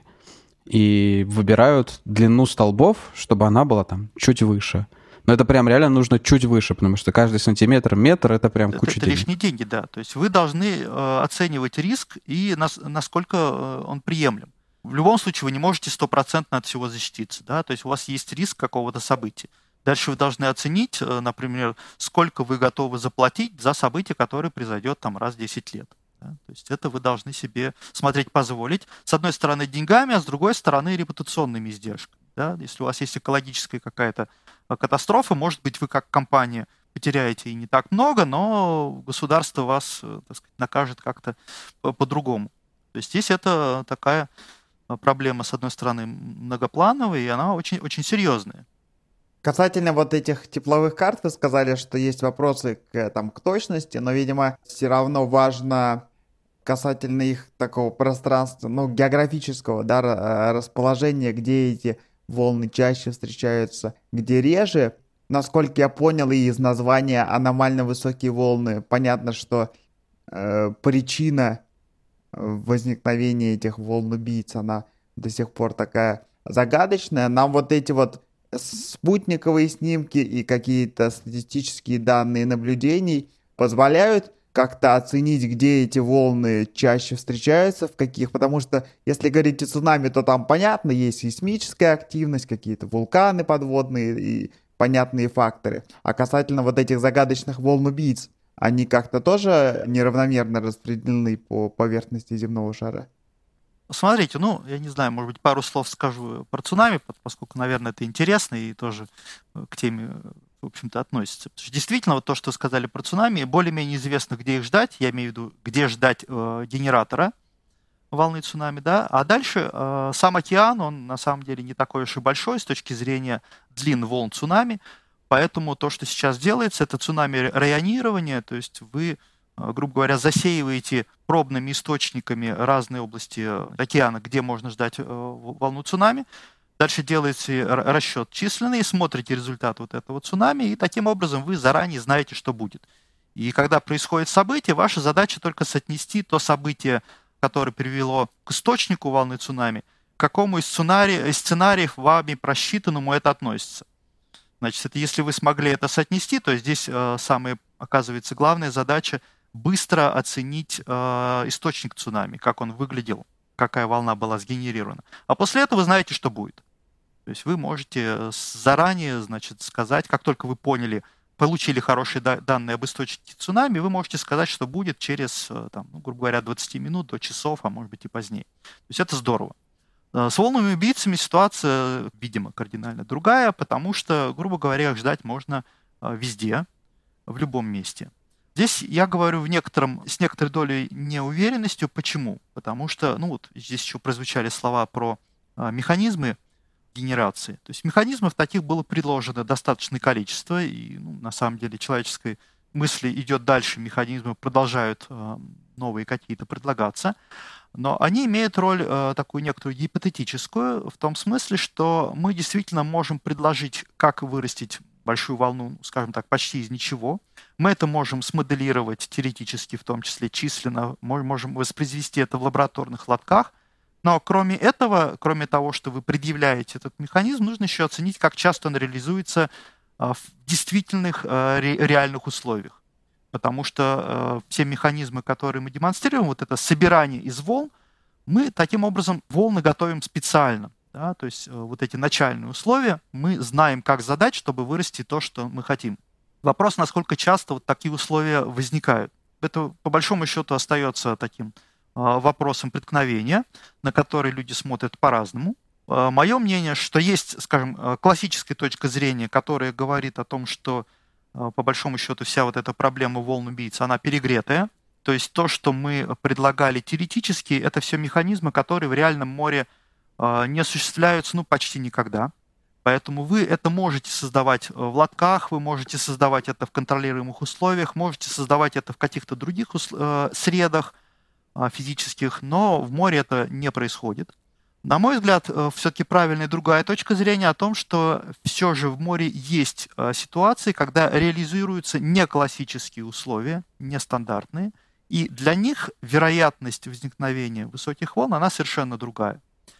И выбирают длину столбов, чтобы она была там чуть выше. Но это прям реально нужно чуть выше, потому что каждый сантиметр, метр — это прям это, куча это денег. лишние деньги, да. То есть вы должны э, оценивать риск и нас, насколько э, он приемлем. В любом случае вы не можете стопроцентно от всего защититься, да. То есть у вас есть риск какого-то события. Дальше вы должны оценить, э, например, сколько вы готовы заплатить за событие, которое произойдет там раз в десять лет. Да? То есть это вы должны себе смотреть, позволить. С одной стороны деньгами, а с другой стороны репутационными издержками. Да? Если у вас есть экологическая какая-то катастрофа, может быть, вы как компания потеряете и не так много, но государство вас, так сказать, накажет как-то по-другому. То есть здесь это такая проблема, с одной стороны, многоплановая, и она очень, очень серьезная. Касательно вот этих тепловых карт, вы сказали, что есть вопросы к, там, к точности, но, видимо, все равно важно касательно их такого пространства, ну, географического, да, расположения, где эти волны чаще встречаются, где реже. Насколько я понял и из названия аномально высокие волны, понятно, что э, причина возникновения этих волн-убийц, она до сих пор такая загадочная. Нам вот эти вот спутниковые снимки и какие-то статистические данные наблюдений позволяют как-то оценить, где эти волны чаще встречаются, в каких, потому что если говорить о цунами, то там понятно, есть сейсмическая активность, какие-то вулканы подводные и понятные факторы. А касательно вот этих загадочных волн-убийц, они как-то тоже неравномерно распределены по поверхности земного шара? Смотрите, ну, я не знаю, может быть, пару слов скажу про цунами, поскольку, наверное, это интересно и тоже к теме, в общем-то, относится. Потому что действительно, вот то, что сказали про цунами, более-менее известно, где их ждать, я имею в виду, где ждать э, генератора волны цунами, да, а дальше э, сам океан, он на самом деле не такой уж и большой с точки зрения длин волн цунами, поэтому то, что сейчас делается, это цунами-районирование, то есть вы, грубо говоря, засеиваете пробными источниками разные области океана, где можно ждать волну цунами. Дальше делаете расчет численный, смотрите результат вот этого цунами, и таким образом вы заранее знаете, что будет. И когда происходит событие, ваша задача только соотнести то событие, которое привело к источнику волны цунами, к какому из сценарий, из сценариев вами просчитанному это относится. Значит, это если вы смогли это соотнести, то здесь э, самая, оказывается, главная задача быстро оценить э, источник цунами, как он выглядел, какая волна была сгенерирована. А после этого вы знаете, что будет. То есть вы можете заранее, значит, сказать, как только вы поняли, получили хорошие да- данные об источнике цунами, вы можете сказать, что будет через, там, ну, грубо говоря, двадцать минут до часов, а может быть и позднее. То есть это здорово. С волновыми убийцами ситуация, видимо, кардинально другая, потому что, грубо говоря, их ждать можно везде, в любом месте. Здесь я говорю в некотором, с некоторой долей неуверенностью. Почему? Потому что, ну вот здесь еще прозвучали слова про механизмы генерации. То есть механизмов таких было предложено достаточное количество, и ну, на самом деле человеческой мысли идет дальше, механизмы продолжают э, новые какие-то предлагаться, но они имеют роль э, такую некоторую гипотетическую, в том смысле, что мы действительно можем предложить, как вырастить большую волну, скажем так, почти из ничего. Мы это можем смоделировать теоретически, в том числе численно, мы можем воспроизвести это в лабораторных лотках. Но кроме этого, кроме того, что вы предъявляете этот механизм, нужно еще оценить, как часто он реализуется в действительных реальных условиях. Потому что все механизмы, которые мы демонстрируем, вот это собирание из волн, мы таким образом волны готовим специально. Да? То есть вот эти начальные условия мы знаем, как задать, чтобы вырасти то, что мы хотим. Вопрос, насколько часто вот такие условия возникают. Это по большому счету остается таким вопросом преткновения, на который люди смотрят по-разному. Мое мнение, что есть, скажем, классическая точка зрения, которая говорит о том, что по большому счету вся вот эта проблема волн убийц, она перегретая. То есть то, что мы предлагали теоретически, это все механизмы, которые в реальном море не осуществляются ну, почти никогда. Поэтому вы это можете создавать в лотках, вы можете создавать это в контролируемых условиях, можете создавать это в каких-то других средах, физических, но в море это не происходит. На мой взгляд, все-таки правильная другая точка зрения о том, что все же в море есть ситуации, когда реализуются не классические условия, нестандартные, и для них вероятность возникновения высоких волн, она совершенно другая.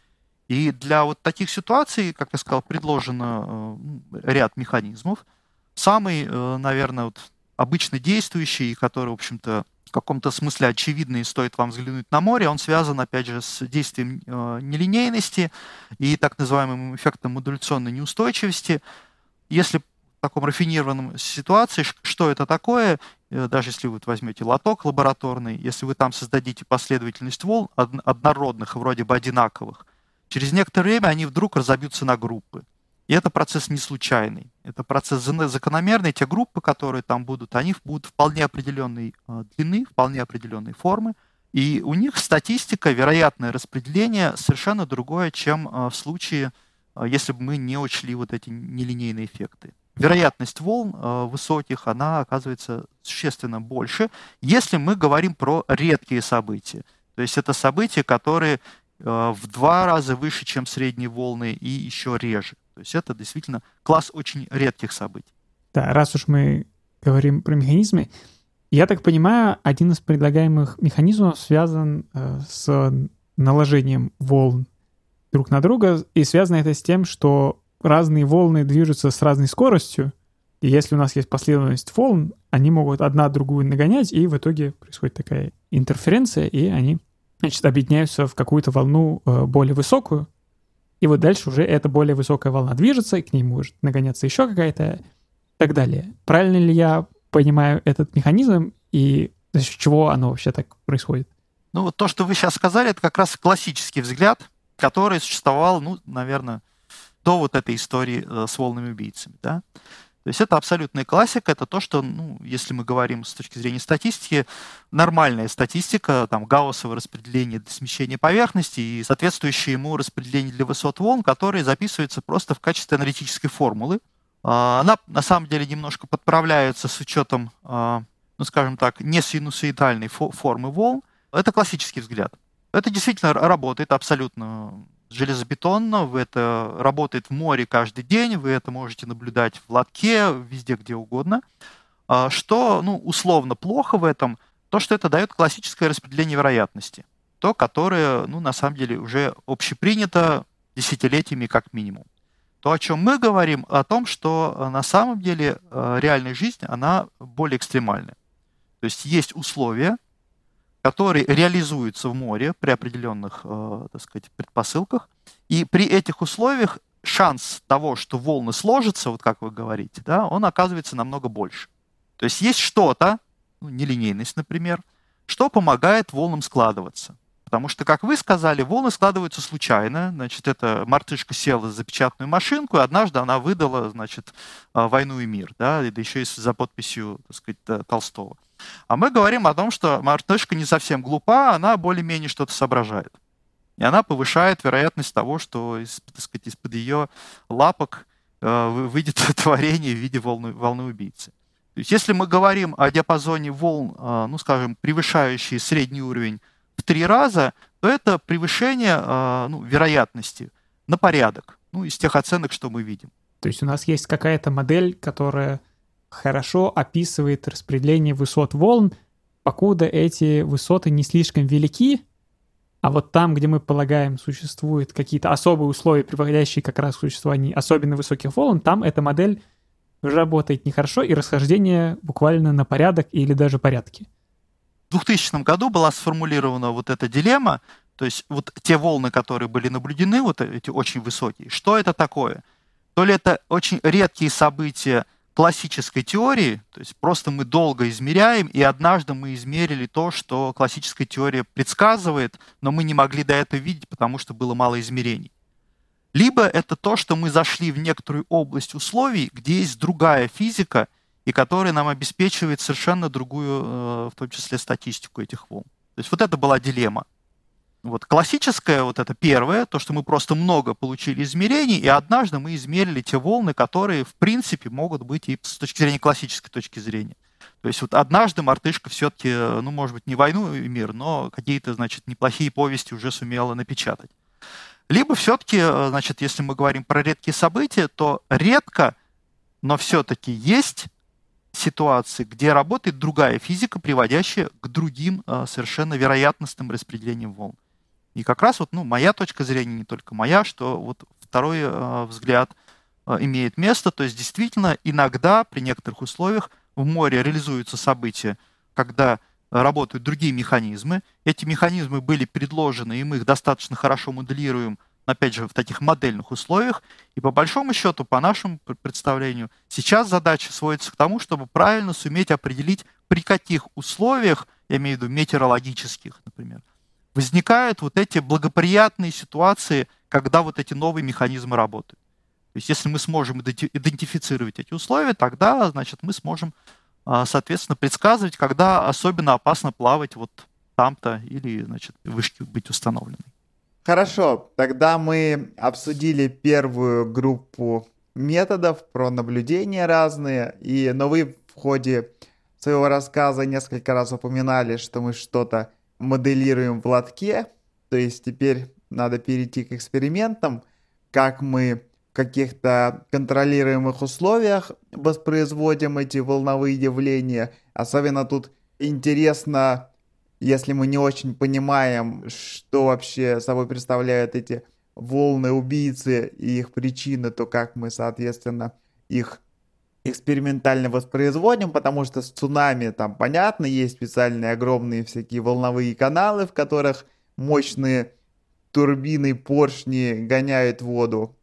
И для вот таких ситуаций, как я сказал, предложен ряд механизмов. Самый, наверное, вот обычно действующий, который, в общем-то, в каком-то смысле очевидно и стоит вам взглянуть на море, он связан, опять же, с действием э, нелинейности и так называемым эффектом модуляционной неустойчивости. Если в таком рафинированном ситуации, что это такое, э, даже если вы возьмете лоток лабораторный, если вы там создадите последовательность волн од- однородных, вроде бы одинаковых, через некоторое время они вдруг разобьются на группы. И это процесс не случайный. Это процесс закономерный. Те группы, которые там будут, они будут вполне определенной длины, вполне определенной формы. И у них статистика, вероятное распределение совершенно другое, чем в случае, если бы мы не учли вот эти нелинейные эффекты. Вероятность волн высоких, она оказывается существенно больше, если мы говорим про редкие события. То есть это события, которые в два раза выше, чем средние волны, и еще реже. То есть это действительно класс очень редких событий. Да, раз уж мы говорим про механизмы, я так понимаю, один из предлагаемых механизмов связан э, с наложением волн друг на друга, и связано это с тем, что разные волны движутся с разной скоростью, и если у нас есть последовательность волн, они могут одна другую нагонять, и в итоге происходит такая интерференция, и они, значит, объединяются в какую-то волну э, более высокую, и вот дальше уже эта более высокая волна движется, и к ней может нагоняться еще какая-то и так далее. Правильно ли я понимаю этот механизм, и за счет чего оно вообще так происходит? Ну вот то, что вы сейчас сказали, это как раз классический взгляд, который существовал, ну, наверное, до вот этой истории э, с волнами убийцами, да? То есть это абсолютная классика, это то, что, ну, если мы говорим с точки зрения статистики, нормальная статистика, там, гауссовое распределение для смещения поверхности и соответствующее ему распределение для высот волн, которые записываются просто в качестве аналитической формулы. Она, на самом деле, немножко подправляется с учетом, ну, скажем так, не синусоидальной формы волн. Это классический взгляд. Это действительно работает абсолютно железобетонно, это работает в море каждый день, вы это можете наблюдать в лотке, везде, где угодно. Что, ну, условно плохо в этом? То, что это дает классическое распределение вероятности. То, которое, ну, на самом деле уже общепринято десятилетиями как минимум. То, о чем мы говорим, о том, что на самом деле реальная жизнь, она более экстремальная. То есть есть условия, которые реализуются в море при определенных, так сказать, предпосылках, и при этих условиях шанс того, что волны сложатся, вот как вы говорите, да, он оказывается намного больше. То есть есть что-то, ну, нелинейность, например, что помогает волнам складываться. Потому что, как вы сказали, волны складываются случайно. Значит, эта мартышка села за печатную машинку, и однажды она выдала, значит, «Войну и мир», да, да еще и за подписью, так сказать, Толстого. А мы говорим о том, что мартышка не совсем глупа, она более-менее что-то соображает. И она повышает вероятность того, что, так сказать, из-под ее лапок э, выйдет творение в виде волны, волны убийцы. То есть если мы говорим о диапазоне волн, э, ну, скажем, превышающий средний уровень в три раза, то это превышение э, ну, вероятности на порядок, ну, из тех оценок, что мы видим. То есть у нас есть какая-то модель, которая хорошо описывает распределение высот волн, покуда эти высоты не слишком велики, а вот там, где мы полагаем, существуют какие-то особые условия, приводящие как раз к существованию особенно высоких волн, там эта модель уже работает нехорошо, и расхождение буквально на порядок или даже порядки. В двухтысячном году была сформулирована вот эта дилемма, то есть вот те волны, которые были наблюдены, вот эти очень высокие, что это такое? То ли это очень редкие события классической теории, то есть просто мы долго измеряем, и однажды мы измерили то, что классическая теория предсказывает, но мы не могли до этого видеть, потому что было мало измерений. Либо это то, что мы зашли в некоторую область условий, где есть другая физика, и которая нам обеспечивает совершенно другую, в том числе, статистику этих волн. То есть вот это была дилемма. Вот классическое, вот это первое, то, что мы просто много получили измерений, и однажды мы измерили те волны, которые, в принципе, могут быть и с точки зрения классической точки зрения. То есть вот однажды мартышка все-таки, ну, может быть, не «Войну и мир», но какие-то, значит, неплохие повести уже сумела напечатать. Либо все-таки, значит, если мы говорим про редкие события, то редко, но все-таки есть ситуации, где работает другая физика, приводящая к другим совершенно вероятностным распределениям волн. И как раз вот, ну, моя точка зрения, не только моя, что вот второй э, взгляд э, имеет место. То есть действительно иногда при некоторых условиях в море реализуются события, когда работают другие механизмы. Эти механизмы были предложены, и мы их достаточно хорошо моделируем, опять же, в таких модельных условиях. И по большому счету, по нашему представлению, сейчас задача сводится к тому, чтобы правильно суметь определить, при каких условиях, я имею в виду метеорологических, например, возникают вот эти благоприятные ситуации, когда вот эти новые механизмы работают. То есть если мы сможем идентифицировать эти условия, тогда, значит, мы сможем, соответственно, предсказывать, когда особенно опасно плавать вот там-то или, значит, вышки быть установленной. Хорошо, тогда мы обсудили первую группу методов про наблюдения разные, и, но вы в ходе своего рассказа несколько раз упоминали, что мы что-то моделируем в лотке, то есть теперь надо перейти к экспериментам, как мы в каких-то контролируемых условиях воспроизводим эти волновые явления. Особенно тут интересно, если мы не очень понимаем, что вообще собой представляют эти волны-убийцы и их причины, то как мы, соответственно, их экспериментально воспроизводим, потому что с цунами там понятно, есть специальные огромные всякие волновые каналы, в которых мощные турбины, поршни гоняют воду.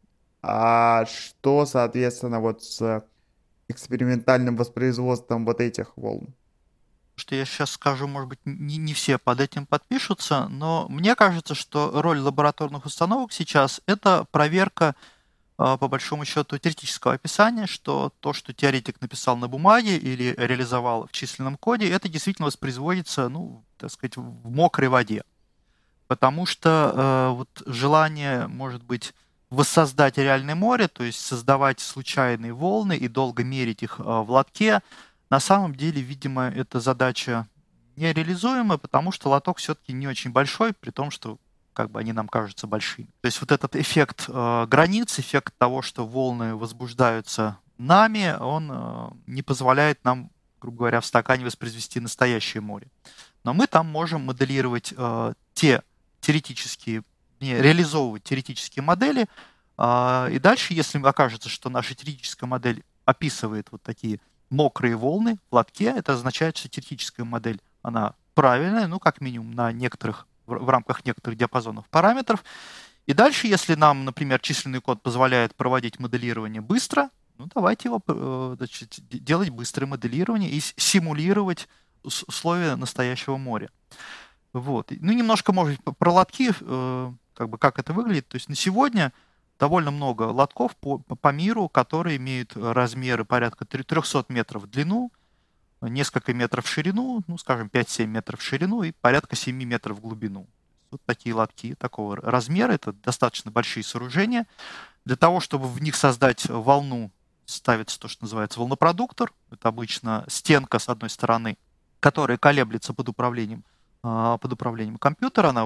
А что, соответственно, вот с экспериментальным воспроизводством вот этих волн? Что я сейчас скажу, может быть, не, не все под этим подпишутся, но мне кажется, что роль лабораторных установок сейчас — это проверка, по большому счету, теоретического описания, что то, что теоретик написал на бумаге или реализовал в численном коде, это действительно воспроизводится, ну, так сказать, в мокрой воде. Потому что э, вот желание, может быть, воссоздать реальное море, то есть создавать случайные волны и долго мерить их э, в лотке, на самом деле, видимо, эта задача нереализуема, потому что лоток все-таки не очень большой, при том, что как бы они нам кажутся большими. То есть вот этот эффект э, границ, эффект того, что волны возбуждаются нами, он э, не позволяет нам грубо говоря, в стакане воспроизвести настоящее море. Но мы там можем моделировать э, те теоретические, не, реализовывать теоретические модели, э, и дальше, если окажется, что наша теоретическая модель описывает вот такие мокрые волны в лотке, это означает, что теоретическая модель, она правильная, ну, как минимум, на некоторых, в, в рамках некоторых диапазонов параметров. И дальше, если нам, например, численный код позволяет проводить моделирование быстро, ну, давайте его, э, значит, делать быстрое моделирование и симулировать условия настоящего моря. Вот. Ну, немножко, может быть, про лотки, э, как бы, как это выглядит. То есть на сегодня довольно много лотков по, по миру, которые имеют размеры порядка трехсот метров в длину, несколько метров в ширину, ну, скажем, пять-семь метров в ширину и порядка семь метров в глубину. Вот такие лотки такого размера. Это достаточно большие сооружения. Для того, чтобы в них создать волну, ставится то, что называется волнопродуктор. Это обычно стенка с одной стороны, которая колеблется под управлением, под управлением компьютера. Она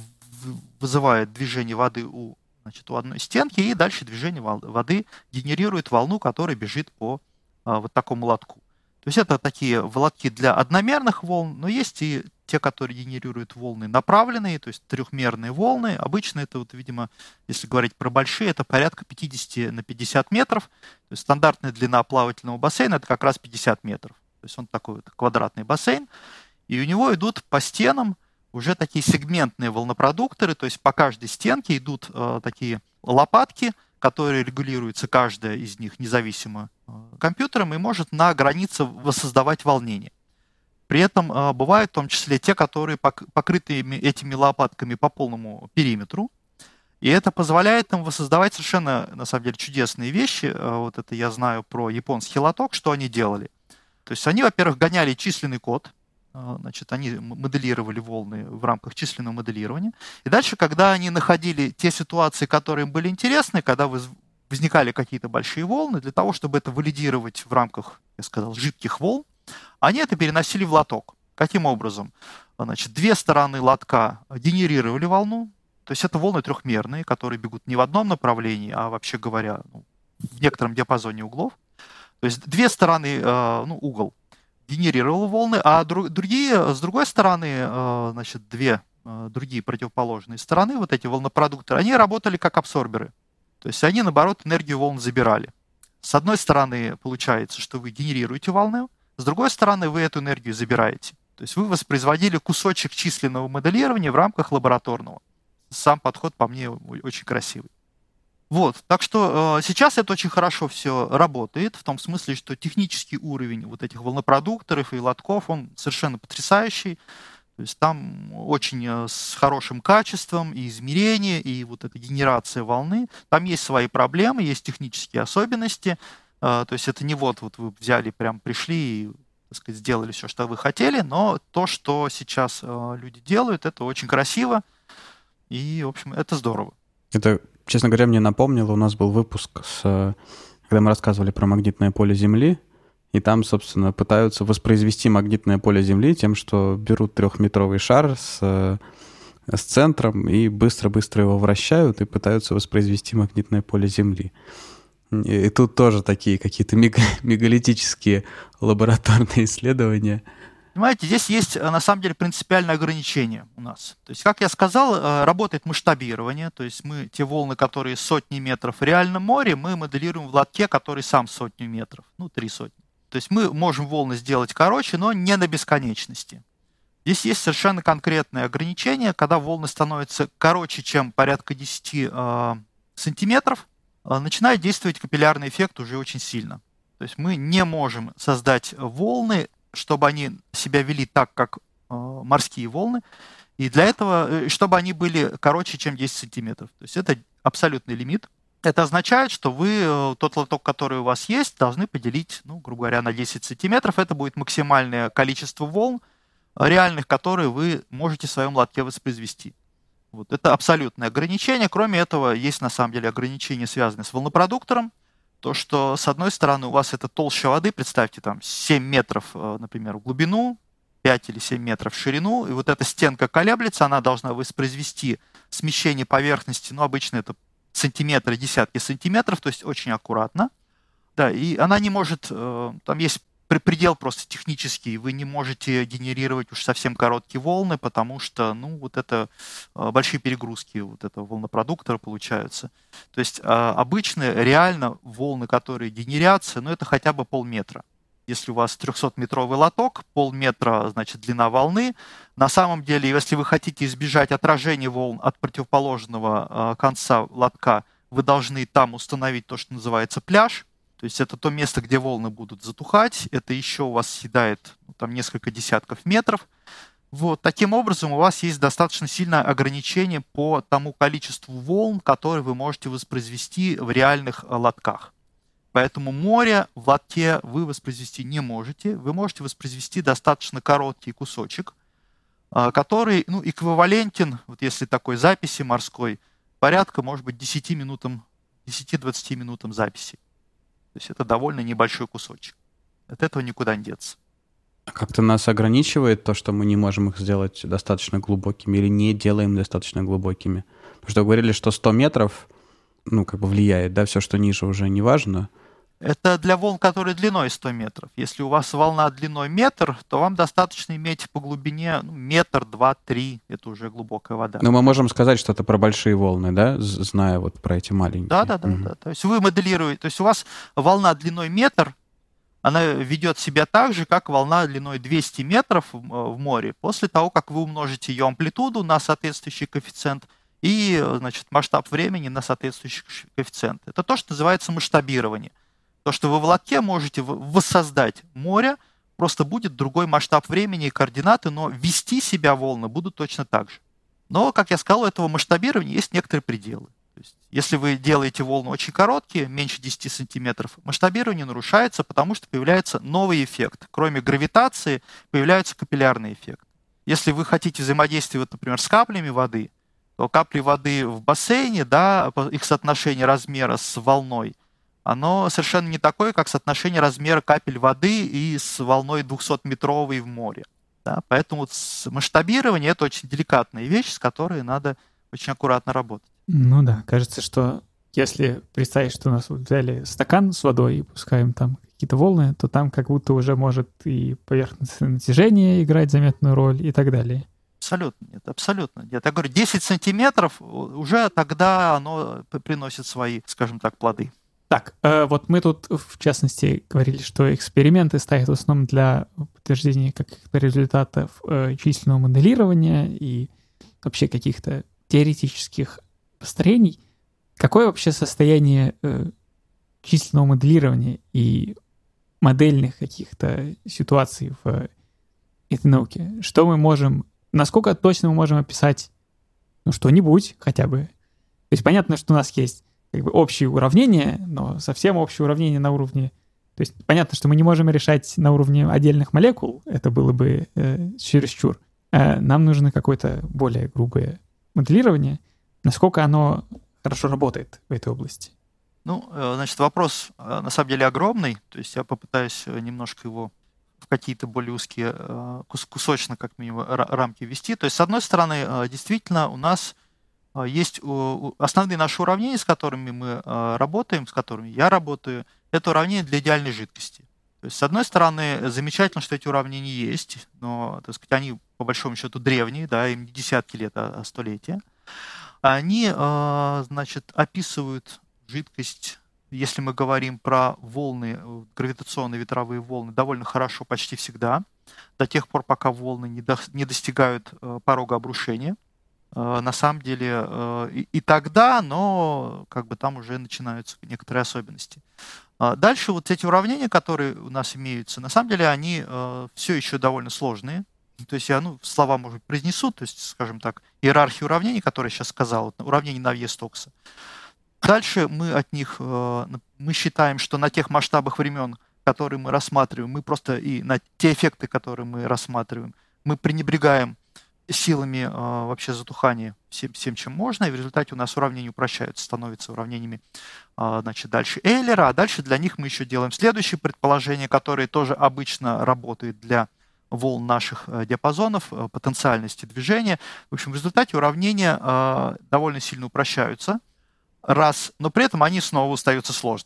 вызывает движение воды у, значит, у одной стенки, и дальше движение воды генерирует волну, которая бежит по вот такому лотку. То есть это такие лотки для одномерных волн, но есть и те, которые генерируют волны направленные, то есть трехмерные волны. Обычно это, вот, видимо, если говорить про большие, это порядка пятьдесят на пятьдесят метров. То есть стандартная длина плавательного бассейна это как раз пятьдесят метров. То есть он такой вот квадратный бассейн. И у него идут по стенам уже такие сегментные волнопродукторы, то есть по каждой стенке идут э, такие лопатки, которые регулируются, каждая из них независимо э, компьютером и может на границе воссоздавать волнение. При этом э, бывают в том числе те, которые пок- покрыты этими лопатками по полному периметру. И это позволяет им воссоздавать совершенно, на самом деле, чудесные вещи. Э, вот это я знаю про японский лоток, что они делали. То есть они, во-первых, гоняли численный код, значит, они моделировали волны в рамках численного моделирования. И дальше, когда они находили те ситуации, которые им были интересны, когда возникали какие-то большие волны, для того, чтобы это валидировать в рамках, я сказал, жидких волн, они это переносили в лоток. Каким образом? Значит, две стороны лотка генерировали волну, то есть это волны трехмерные, которые бегут не в одном направлении, а, вообще говоря, ну, в некотором диапазоне углов. То есть две стороны, ну, угол генерировал волны, а другие, с другой стороны, значит, две другие противоположные стороны, вот эти волнопродукторы, они работали как абсорберы. То есть они, наоборот, энергию волн забирали. С одной стороны, получается, что вы генерируете волны, с другой стороны, вы эту энергию забираете. То есть вы воспроизводили кусочек численного моделирования в рамках лабораторного. Сам подход, по мне, очень красивый. Вот, так что э, сейчас это очень хорошо все работает, в том смысле, что технический уровень вот этих волнопродукторов и лотков, он совершенно потрясающий. То есть там очень э, с хорошим качеством и измерение, и вот эта генерация волны. Там есть свои проблемы, есть технические особенности. Э, то есть это не вот, вот вы взяли, прям пришли и, так сказать, сделали все, что вы хотели, но то, что сейчас э, люди делают, это очень красиво, и, в общем, это здорово. Это, честно говоря, мне напомнило, у нас был выпуск, с, когда мы рассказывали про магнитное поле Земли, и там, собственно, пытаются воспроизвести магнитное поле Земли тем, что берут трехметровый шар с, с центром и быстро-быстро его вращают и пытаются воспроизвести магнитное поле Земли. И, и тут тоже такие какие-то мега, мегалитические лабораторные исследования. Понимаете, здесь есть, на самом деле, принципиальное ограничение у нас. То есть, как я сказал, работает масштабирование, то есть мы те волны, которые сотни метров в реальном море, мы моделируем в лотке, который сам сотню метров, ну, три сотни. То есть мы можем волны сделать короче, но не на бесконечности. Здесь есть совершенно конкретное ограничение, когда волны становятся короче, чем порядка десять э, сантиметров, э, начинает действовать капиллярный эффект уже очень сильно. То есть мы не можем создать волны, чтобы они себя вели так, как э, морские волны, и для этого, чтобы они были короче, чем десять сантиметров. То есть это абсолютный лимит. Это означает, что вы э, тот лоток, который у вас есть, должны поделить, ну, грубо говоря, на десять сантиметров. Это будет максимальное количество волн реальных, которые вы можете в своем лотке воспроизвести. Вот. Это абсолютное ограничение. Кроме этого, есть на самом деле ограничения, связанные с волнопродуктором. То, что, с одной стороны, у вас это толща воды, представьте, там семь метров, например, в глубину, пять или семь метров в ширину, и вот эта стенка колеблется, она должна воспроизвести смещение поверхности, ну, обычно это сантиметры, десятки сантиметров, то есть очень аккуратно. Да, и она не может, там есть предел просто технический. Вы не можете генерировать уж совсем короткие волны, потому что, ну, вот это большие перегрузки вот этого волнопродуктора получаются. То есть обычно реально волны, которые генерятся, ну, это хотя бы полметра. Если у вас трехсотметровый лоток, полметра, значит, длина волны. На самом деле, если вы хотите избежать отражения волн от противоположного конца лотка, вы должны там установить то, что называется пляж. То есть это то место, где волны будут затухать. Это еще у вас съедает ну, там несколько десятков метров. Вот. Таким образом, у вас есть достаточно сильное ограничение по тому количеству волн, которые вы можете воспроизвести в реальных лотках. Поэтому море в лотке вы воспроизвести не можете. Вы можете воспроизвести достаточно короткий кусочек, который ну, эквивалентен, вот если такой записи морской, порядка, может быть, десяти минутам, десяти-двадцати минутам записи. То есть это довольно небольшой кусочек. От этого никуда не деться. А как-то нас ограничивает то, что мы не можем их сделать достаточно глубокими или не делаем достаточно глубокими? Потому что вы говорили, что сто метров, ну, как бы влияет, да, все, что ниже, уже не важно. Это для волн, которые длиной сто метров. Если у вас волна длиной метр, то вам достаточно иметь по глубине ну, метр, два, три. Это уже глубокая вода. Но мы можем сказать что-то про большие волны, да, зная вот про эти маленькие. Да, да, да, угу. да. То есть вы моделируете, то есть у вас волна длиной метр, она ведет себя так же, как волна длиной двести метров в море. После того, как вы умножите ее амплитуду на соответствующий коэффициент и, значит, масштаб времени на соответствующий коэффициент. Это то, что называется масштабирование. То, что вы в лотке можете воссоздать море, просто будет другой масштаб времени и координаты, но вести себя волны будут точно так же. Но, как я сказал, у этого масштабирования есть некоторые пределы. То есть, если вы делаете волны очень короткие, меньше десяти сантиметров, масштабирование нарушается, потому что появляется новый эффект. Кроме гравитации появляется капиллярный эффект. Если вы хотите взаимодействовать, например, с каплями воды, то капли воды в бассейне, да, их соотношение размера с волной, оно совершенно не такое, как соотношение размера капель воды и с волной двухсотметровой в море. Да? Поэтому вот масштабирование – это очень деликатная вещь, с которой надо очень аккуратно работать. Ну да, кажется, что если представить, что у нас вот взяли стакан с водой и пускаем там какие-то волны, то там как будто уже может и поверхностное натяжение играть заметную роль и так далее. Абсолютно нет, абсолютно нет. Я говорю, десять сантиметров уже тогда оно приносит свои, скажем так, плоды. Так, э, вот мы тут, в частности, говорили, что эксперименты ставят в основном для подтверждения каких-то результатов э, численного моделирования и вообще каких-то теоретических построений. Какое вообще состояние э, численного моделирования и модельных каких-то ситуаций в этой науке? Что мы можем, насколько точно мы можем описать, ну, что-нибудь хотя бы? То есть понятно, что у нас есть как бы общие уравнения, но совсем общие уравнения на уровне... То есть понятно, что мы не можем решать на уровне отдельных молекул, это было бы э, чересчур. Э, нам нужно какое-то более грубое моделирование. Насколько оно хорошо работает в этой области? Ну, значит, вопрос на самом деле огромный. То есть я попытаюсь немножко его в какие-то более узкие, кусочно, как минимум, рамки ввести. То есть, с одной стороны, действительно, у нас есть основные наши уравнения, с которыми мы работаем, с которыми я работаю, это уравнения для идеальной жидкости. То есть, с одной стороны, замечательно, что эти уравнения есть, но, так сказать, они, по большому счету, древние, да, им не десятки лет, а столетия. Они, значит, описывают жидкость, если мы говорим про волны, гравитационные ветровые волны, довольно хорошо почти всегда, до тех пор, пока волны не, до, не достигают порога обрушения. На самом деле и, и тогда, но как бы там уже начинаются некоторые особенности. Дальше вот эти уравнения, которые у нас имеются, на самом деле они все еще довольно сложные. То есть я ну, слова, может быть, произнесу, то есть, скажем так, иерархию уравнений, которые я сейчас сказал, уравнения Навье-Стокса. Дальше мы от них, мы считаем, что на тех масштабах времен, которые мы рассматриваем, мы просто и на те эффекты, которые мы рассматриваем, мы пренебрегаем силами вообще затухания всем, всем, чем можно, и в результате у нас уравнения упрощаются, становятся уравнениями, значит, дальше Эйлера, а дальше для них мы еще делаем следующие предположения, которые тоже обычно работают для волн наших диапазонов, потенциальности движения. В общем, в результате уравнения довольно сильно упрощаются, раз, но при этом они снова остаются сложными.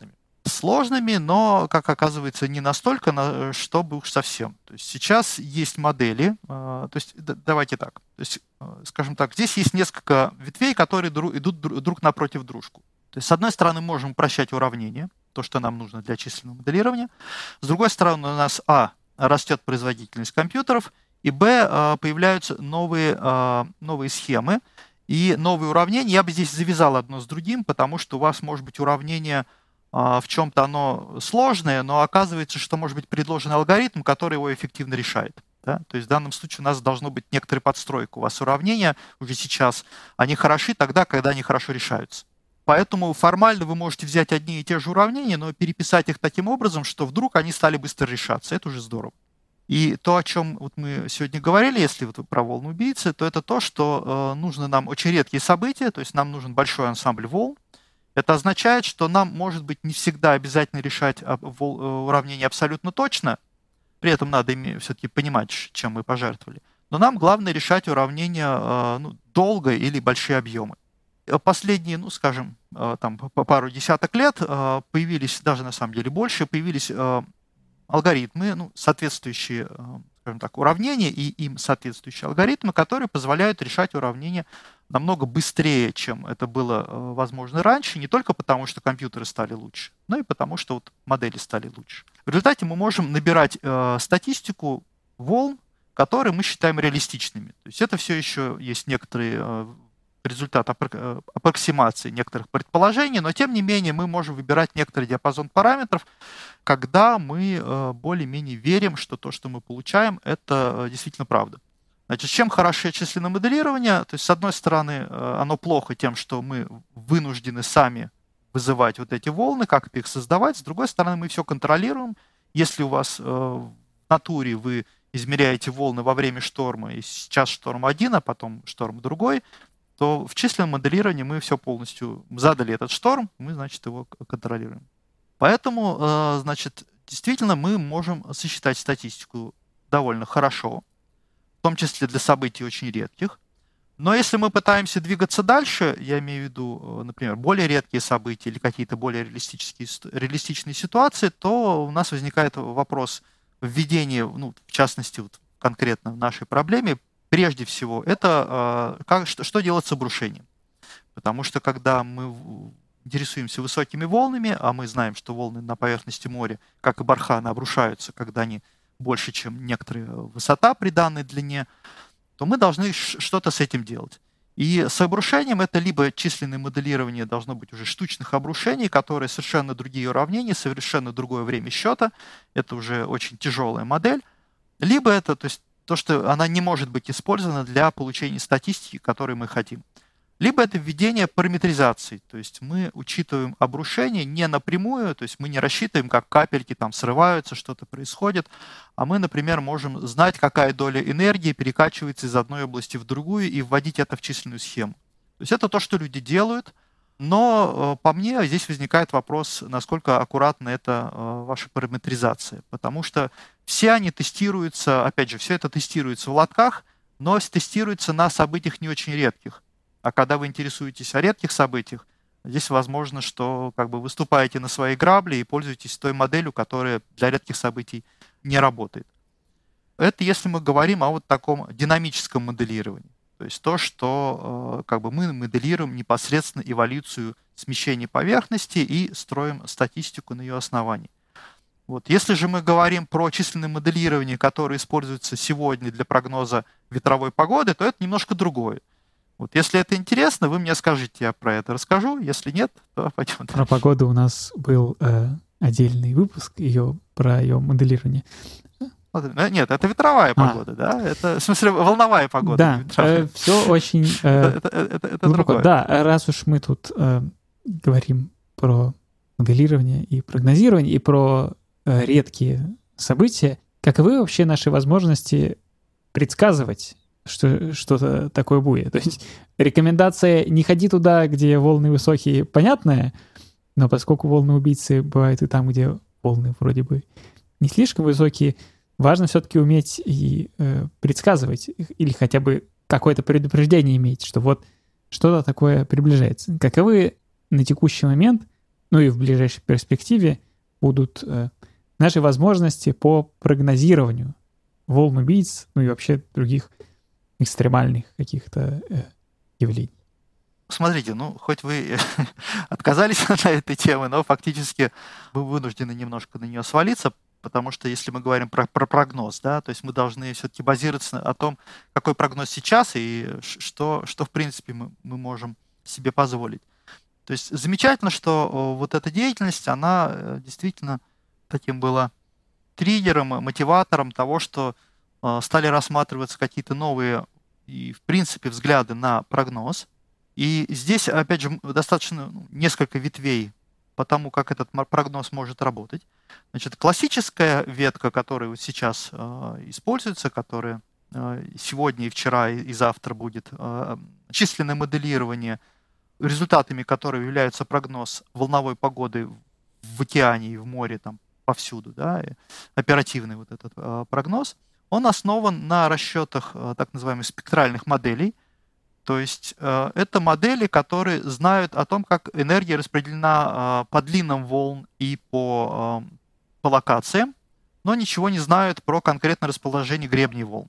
сложными, но, как оказывается, не настолько, чтобы уж совсем. То есть сейчас есть модели, то есть давайте так, то есть, скажем так, здесь есть несколько ветвей, которые идут друг напротив дружку. То есть, с одной стороны, можем упрощать уравнения, то, что нам нужно для численного моделирования. С другой стороны, у нас, а, растет производительность компьютеров, и, б, появляются новые, новые схемы и новые уравнения. Я бы здесь завязал одно с другим, потому что у вас может быть уравнение, в чем-то оно сложное, но оказывается, что может быть предложен алгоритм, который его эффективно решает. Да? То есть в данном случае у нас должно быть некоторая подстройка. У вас уравнения уже сейчас, они хороши тогда, когда они хорошо решаются. Поэтому формально вы можете взять одни и те же уравнения, но переписать их таким образом, что вдруг они стали быстро решаться. Это уже здорово. И то, о чем вот мы сегодня говорили, если вот про волны убийцы, то это то, что э, нужно нам очень редкие события, то есть нам нужен большой ансамбль волн. Это означает, что нам, может быть, не всегда обязательно решать уравнение абсолютно точно, при этом надо все-таки понимать, чем мы пожертвовали. Но нам главное решать уравнения ну, долго или большие объемы. Последние, ну, скажем, там, по пару десяток лет появились, даже на самом деле больше, появились алгоритмы, ну, соответствующие, скажем так, уравнения и им соответствующие алгоритмы, которые позволяют решать уравнения намного быстрее, чем это было возможно раньше, не только потому, что компьютеры стали лучше, но и потому, что вот модели стали лучше. В результате мы можем набирать э, статистику волн, которые мы считаем реалистичными. То есть это все еще есть некоторый э, результат апро- аппроксимации некоторых предположений, но тем не менее мы можем выбирать некоторый диапазон параметров, когда мы э, более-менее верим, что то, что мы получаем, это э, действительно правда. Значит, чем хорошее численное моделирование? То есть, с одной стороны, оно плохо тем, что мы вынуждены сами вызывать вот эти волны, как их создавать. С другой стороны, мы все контролируем. Если у вас в натуре вы измеряете волны во время шторма, и сейчас шторм один, а потом шторм другой, то в численном моделировании мы все полностью задали этот шторм, мы, значит, его контролируем. Поэтому, значит, действительно мы можем сосчитать статистику довольно хорошо, в том числе для событий очень редких. Но если мы пытаемся двигаться дальше, я имею в виду, например, более редкие события или какие-то более реалистические, реалистичные ситуации, то у нас возникает вопрос введения, ну, в частности, вот конкретно в нашей проблеме. Прежде всего, это как, что, что делать с обрушением. Потому что когда мы интересуемся высокими волнами, а мы знаем, что волны на поверхности моря, как и барханы, обрушаются, когда они больше, чем некоторая высота при данной длине, то мы должны что-то с этим делать. И с обрушением это либо численное моделирование должно быть уже штучных обрушений, которые совершенно другие уравнения, совершенно другое время счета, это уже очень тяжелая модель, либо это, то есть то, что она не может быть использована для получения статистики, которую мы хотим. Либо это введение параметризации, то есть мы учитываем обрушение не напрямую, то есть мы не рассчитываем, как капельки там срываются, что-то происходит, а мы, например, можем знать, какая доля энергии перекачивается из одной области в другую и вводить это в численную схему. То есть это то, что люди делают, но по мне здесь возникает вопрос, насколько аккуратна это ваша параметризация, потому что все они тестируются, опять же, все это тестируется в лотках, но тестируется на событиях не очень редких. А когда вы интересуетесь о редких событиях, здесь возможно, что как бы выступаете на своей грабле и пользуетесь той моделью, которая для редких событий не работает. Это если мы говорим о вот таком динамическом моделировании. То есть то, что как бы мы моделируем непосредственно эволюцию смещения поверхности и строим статистику на ее основании. Вот. Если же мы говорим про численное моделирование, которое используется сегодня для прогноза ветровой погоды, то это немножко другое. Вот если это интересно, вы мне скажите, я про это расскажу. Если нет, то пойдем дальше. Про погоду у нас был э, отдельный выпуск ее, про ее моделирование. Нет, это ветровая погода, а. да? Это, в смысле, волновая погода. Да, э, все очень э, это, это, это, это глубоко. Другое. Да, раз уж мы тут э, говорим про моделирование и прогнозирование, и про э, редкие события, каковы вообще наши возможности предсказывать, что что-то такое будет? То есть рекомендация «не ходи туда, где волны высокие» понятная, но поскольку волны убийцы бывают и там, где волны вроде бы не слишком высокие, важно все-таки уметь и э, предсказывать их, или хотя бы какое-то предупреждение иметь, что вот что-то такое приближается. Каковы на текущий момент ну и в ближайшей перспективе будут э, наши возможности по прогнозированию волн убийц, ну и вообще других экстремальных каких-то э, явлений. Смотрите, ну, хоть вы отказались от этой темы, но фактически вы вынуждены немножко на нее свалиться, потому что если мы говорим про, про прогноз, да, то есть мы должны все-таки базироваться о том, какой прогноз сейчас и что, что в принципе, мы, мы можем себе позволить. То есть замечательно, что вот эта деятельность, она действительно таким была триггером, мотиватором того, что стали рассматриваться какие-то новые и, в принципе, взгляды на прогноз. И здесь, опять же, достаточно несколько ветвей по тому, как этот прогноз может работать. Значит, классическая ветка, которая вот сейчас э, используется, которая э, сегодня и вчера и, и завтра будет, э, численное моделирование, результатами которого является прогноз волновой погоды в океане и в море, там, повсюду, да, оперативный вот этот э, прогноз, он основан на расчетах э, так называемых спектральных моделей. То есть э, это модели, которые знают о том, как энергия распределена э, по длинам волн и по, э, по локациям, но ничего не знают про конкретное расположение гребней волн.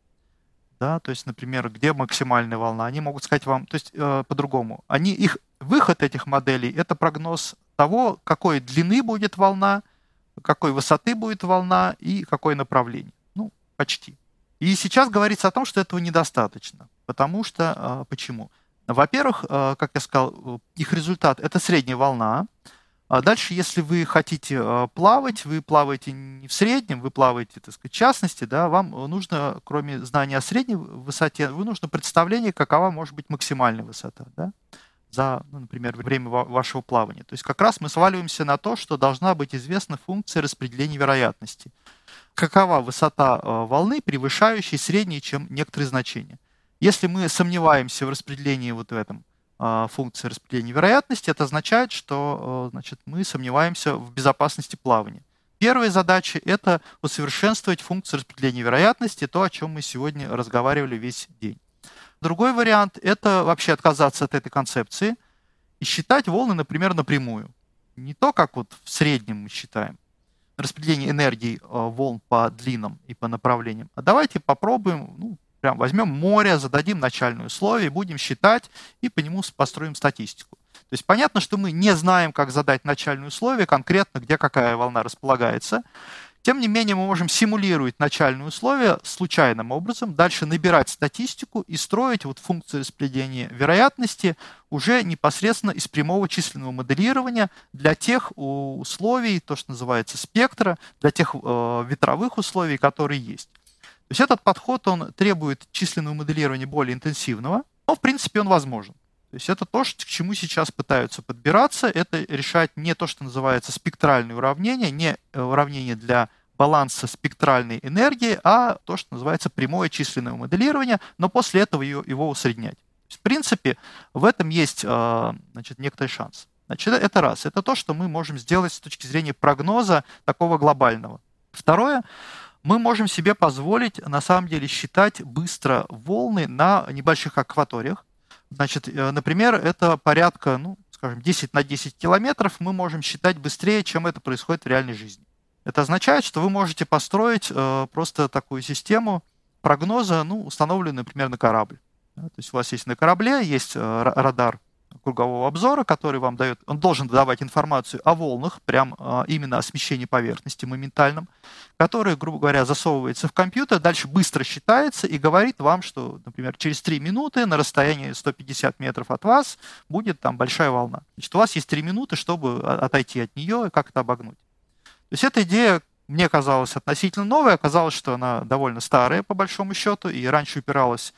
Да, то есть, например, где максимальная волна, они могут сказать вам, то есть э, по-другому. Они, их выход этих моделей – это прогноз того, какой длины будет волна, какой высоты будет волна и какое направление. Ну, почти. И сейчас говорится о том, что этого недостаточно. Потому что, почему? Во-первых, как я сказал, их результат – это средняя волна. Дальше, если вы хотите плавать, вы плаваете не в среднем, вы плаваете, так сказать, в частности, да, вам нужно, кроме знания о средней высоте, вы нужно представление, какова может быть максимальная высота, да, за, ну, например, время вашего плавания. То есть как раз мы сваливаемся на то, что должна быть известна функция распределения вероятности. Какова высота волны, превышающей средние, чем некоторые значения. Если мы сомневаемся в распределении вот в этом э, функции распределения вероятности, это означает, что э, значит, мы сомневаемся в безопасности плавания. Первая задача – это усовершенствовать функцию распределения вероятности, то, о чем мы сегодня разговаривали весь день. Другой вариант – это вообще отказаться от этой концепции и считать волны, например, напрямую. Не то, как вот в среднем мы считаем распределение энергии э, волн по длинам и по направлениям. А давайте попробуем, ну, прям возьмем море, зададим начальные условия, будем считать и по нему построим статистику. То есть понятно, что мы не знаем, как задать начальные условия, конкретно где какая волна располагается. Тем не менее, мы можем симулировать начальные условия случайным образом, дальше набирать статистику и строить вот функцию распределения вероятности уже непосредственно из прямого численного моделирования для тех условий, то, что называется спектра, для тех э, ветровых условий, которые есть. То есть этот подход, он требует численного моделирования более интенсивного, но в принципе он возможен. То есть это то, к чему сейчас пытаются подбираться, это решать не то, что называется спектральные уравнения, не уравнение для баланса спектральной энергии, а то, что называется прямое численное моделирование, но после этого его, его усреднять. То есть, в принципе, в этом есть значит, некоторый шанс. Значит, это раз. Это то, что мы можем сделать с точки зрения прогноза такого глобального. Второе. Мы можем себе позволить, на самом деле, считать быстро волны на небольших акваториях. Значит, например, это порядка, ну, скажем, десять на десять километров мы можем считать быстрее, чем это происходит в реальной жизни. Это означает, что вы можете построить э, просто такую систему прогноза, ну, установленную, например, на корабль. Да, то есть у вас есть на корабле, есть э, радар кругового обзора, который вам дает, он должен давать информацию о волнах, прям э, именно о смещении поверхности моментальном, который, грубо говоря, засовывается в компьютер, дальше быстро считается и говорит вам, что, например, через три минуты на расстоянии сто пятьдесят метров от вас будет там большая волна. Значит, у вас есть три минуты, чтобы отойти от нее и как-то обогнуть. То есть эта идея мне казалась относительно новой, оказалось, что она довольно старая по большому счету и раньше упиралась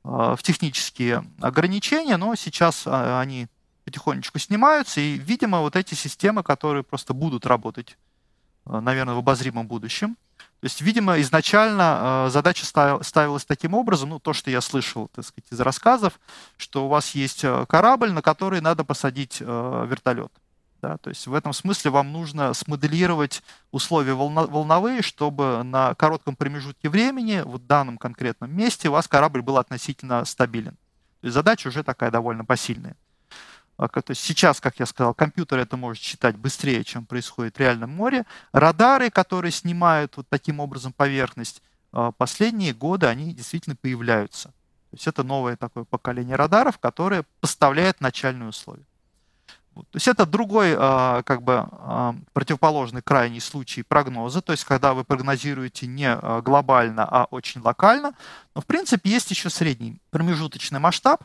в технические ограничения, но сейчас они потихонечку снимаются, и, видимо, вот эти системы, которые просто будут работать, наверное, в обозримом будущем. То есть, видимо, изначально задача ставилась таким образом, ну, то, что я слышал, так сказать, из рассказов, что у вас есть корабль, на который надо посадить вертолет. Да, то есть в этом смысле вам нужно смоделировать условия волна, волновые, чтобы на коротком промежутке времени, вот в данном конкретном месте, у вас корабль был относительно стабилен. То есть задача уже такая довольно посильная. То есть сейчас, как я сказал, компьютер это может считать быстрее, чем происходит в реальном море. Радары, которые снимают вот таким образом поверхность, последние годы они действительно появляются. То есть это новое такое поколение радаров, которое поставляет начальные условия. То есть это другой, как бы, противоположный крайний случай прогноза, то есть когда вы прогнозируете не глобально, а очень локально. Но в принципе есть еще средний промежуточный масштаб.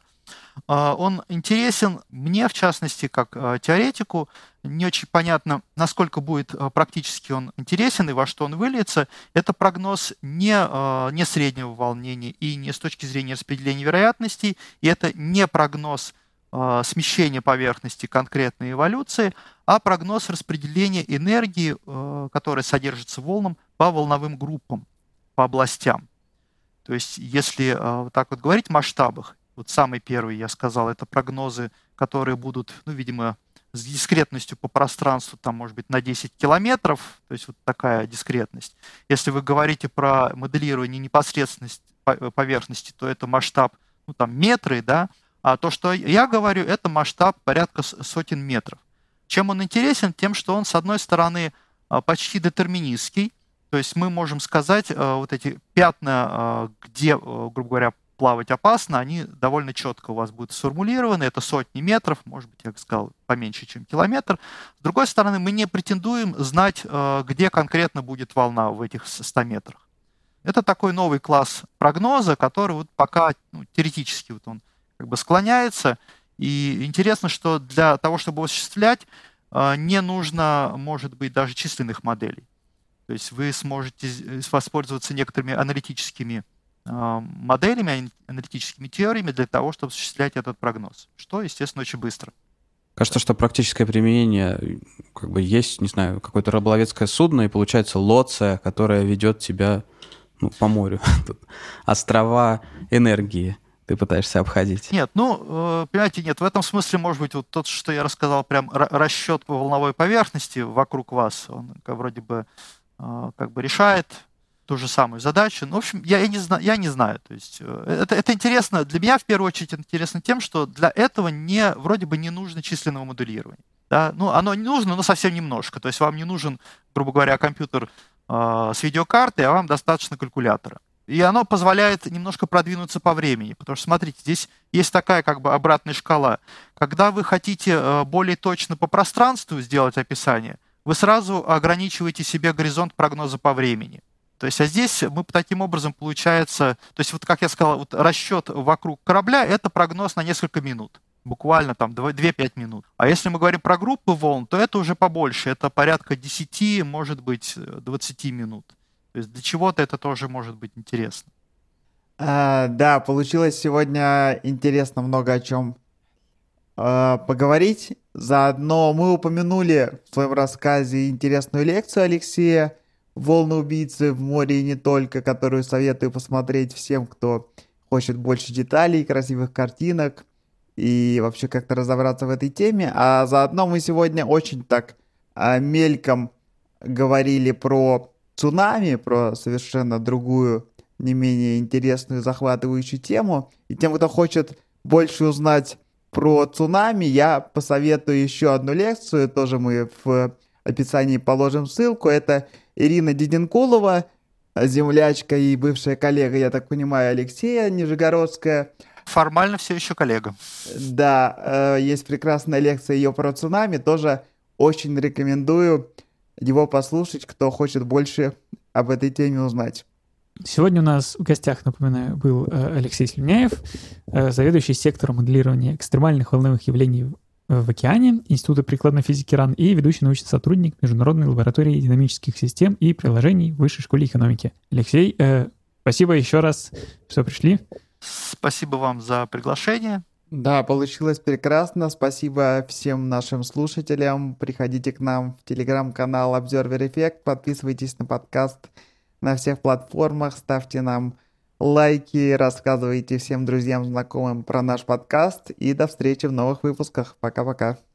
Он интересен мне, в частности, как теоретику. Не очень понятно, насколько будет практически он интересен и во что он выльется. Это прогноз не, не среднего волнения и не с точки зрения распределения вероятностей. И это не прогноз смещения поверхности конкретной эволюции, а прогноз распределения энергии, которая содержится в волнам, по волновым группам, по областям. То есть если вот так вот говорить в масштабах, вот самый первый, я сказал, это прогнозы, которые будут, ну, видимо, с дискретностью по пространству, там, может быть, на десять километров, то есть вот такая дискретность. Если вы говорите про моделирование непосредственности поверхности, то это масштаб, ну, там, метры, да, а то, что я говорю, это масштаб порядка сотен метров. Чем он интересен? Тем, что он, с одной стороны, почти детерминистский, то есть мы можем сказать, вот эти пятна, где, грубо говоря, плавать опасно, они довольно четко у вас будут сформулированы, это сотни метров, может быть, я сказал, поменьше, чем километр. С другой стороны, мы не претендуем знать, где конкретно будет волна в этих ста метрах. Это такой новый класс прогноза, который вот пока, ну, теоретически вот он как бы склоняется. И интересно, что для того, чтобы его осуществлять, не нужно, может быть, даже численных моделей. То есть вы сможете воспользоваться некоторыми аналитическими моделями, аналитическими теориями для того, чтобы осуществлять этот прогноз, что, естественно, очень быстро. Кажется, что практическое применение, как бы есть, не знаю, какое-то рыболовецкое судно, и получается лоция, которая ведет тебя, ну, по морю. Тут острова энергии ты пытаешься обходить. Нет, ну, понимаете, нет, в этом смысле, может быть, вот тот, что я рассказал, прям расчет по волновой поверхности вокруг вас, он вроде бы как бы решает ту же самую задачу. Ну, в общем, я, я, не, знаю, я не знаю. То есть, это, это интересно, для меня в первую очередь интересно тем, что для этого не, вроде бы не нужно численного моделирования. Да? Ну, оно не нужно, но совсем немножко. То есть вам не нужен, грубо говоря, компьютер э, с видеокартой, а вам достаточно калькулятора. И оно позволяет немножко продвинуться по времени. Потому что, смотрите, здесь есть такая как бы обратная шкала. Когда вы хотите э, более точно по пространству сделать описание, вы сразу ограничиваете себе горизонт прогноза по времени. То есть, а здесь мы таким образом получается, то есть, вот как я сказал, вот расчет вокруг корабля — это прогноз на несколько минут, буквально там две-пять минут. А если мы говорим про группы волн, то это уже побольше, это порядка десять, может быть, двадцать минут. То есть для чего-то это тоже может быть интересно. А, да, получилось сегодня интересно много о чем а, поговорить. Заодно мы упомянули в своем рассказе интересную лекцию Алексея «Волны-убийцы в море и не только», которую советую посмотреть всем, кто хочет больше деталей, красивых картинок и вообще как-то разобраться в этой теме. А заодно мы сегодня очень так а, мельком говорили про цунами, про совершенно другую, не менее интересную, захватывающую тему. И тем, кто хочет больше узнать про цунами, я посоветую еще одну лекцию, тоже мы в описании положим ссылку. Это Ирина Деденкулова, землячка и бывшая коллега, я так понимаю, Алексея Нижегородская. Формально все еще коллега. Да, есть прекрасная лекция ее про цунами, тоже очень рекомендую его послушать, кто хочет больше об этой теме узнать. Сегодня у нас в гостях, напоминаю, был Алексей Слюняев, заведующий сектором моделирования экстремальных волновых явлений в океане Института прикладной физики РАН и ведущий научный сотрудник Международной лаборатории динамических систем и приложений в Высшей школе экономики. Алексей, э, спасибо еще раз, что пришли. Спасибо вам за приглашение. Да, получилось прекрасно. Спасибо всем нашим слушателям. Приходите к нам в телеграм-канал Observer Effect, подписывайтесь на подкаст на всех платформах, ставьте нам лайки, рассказывайте всем друзьям, знакомым про наш подкаст. И до встречи в новых выпусках. Пока-пока.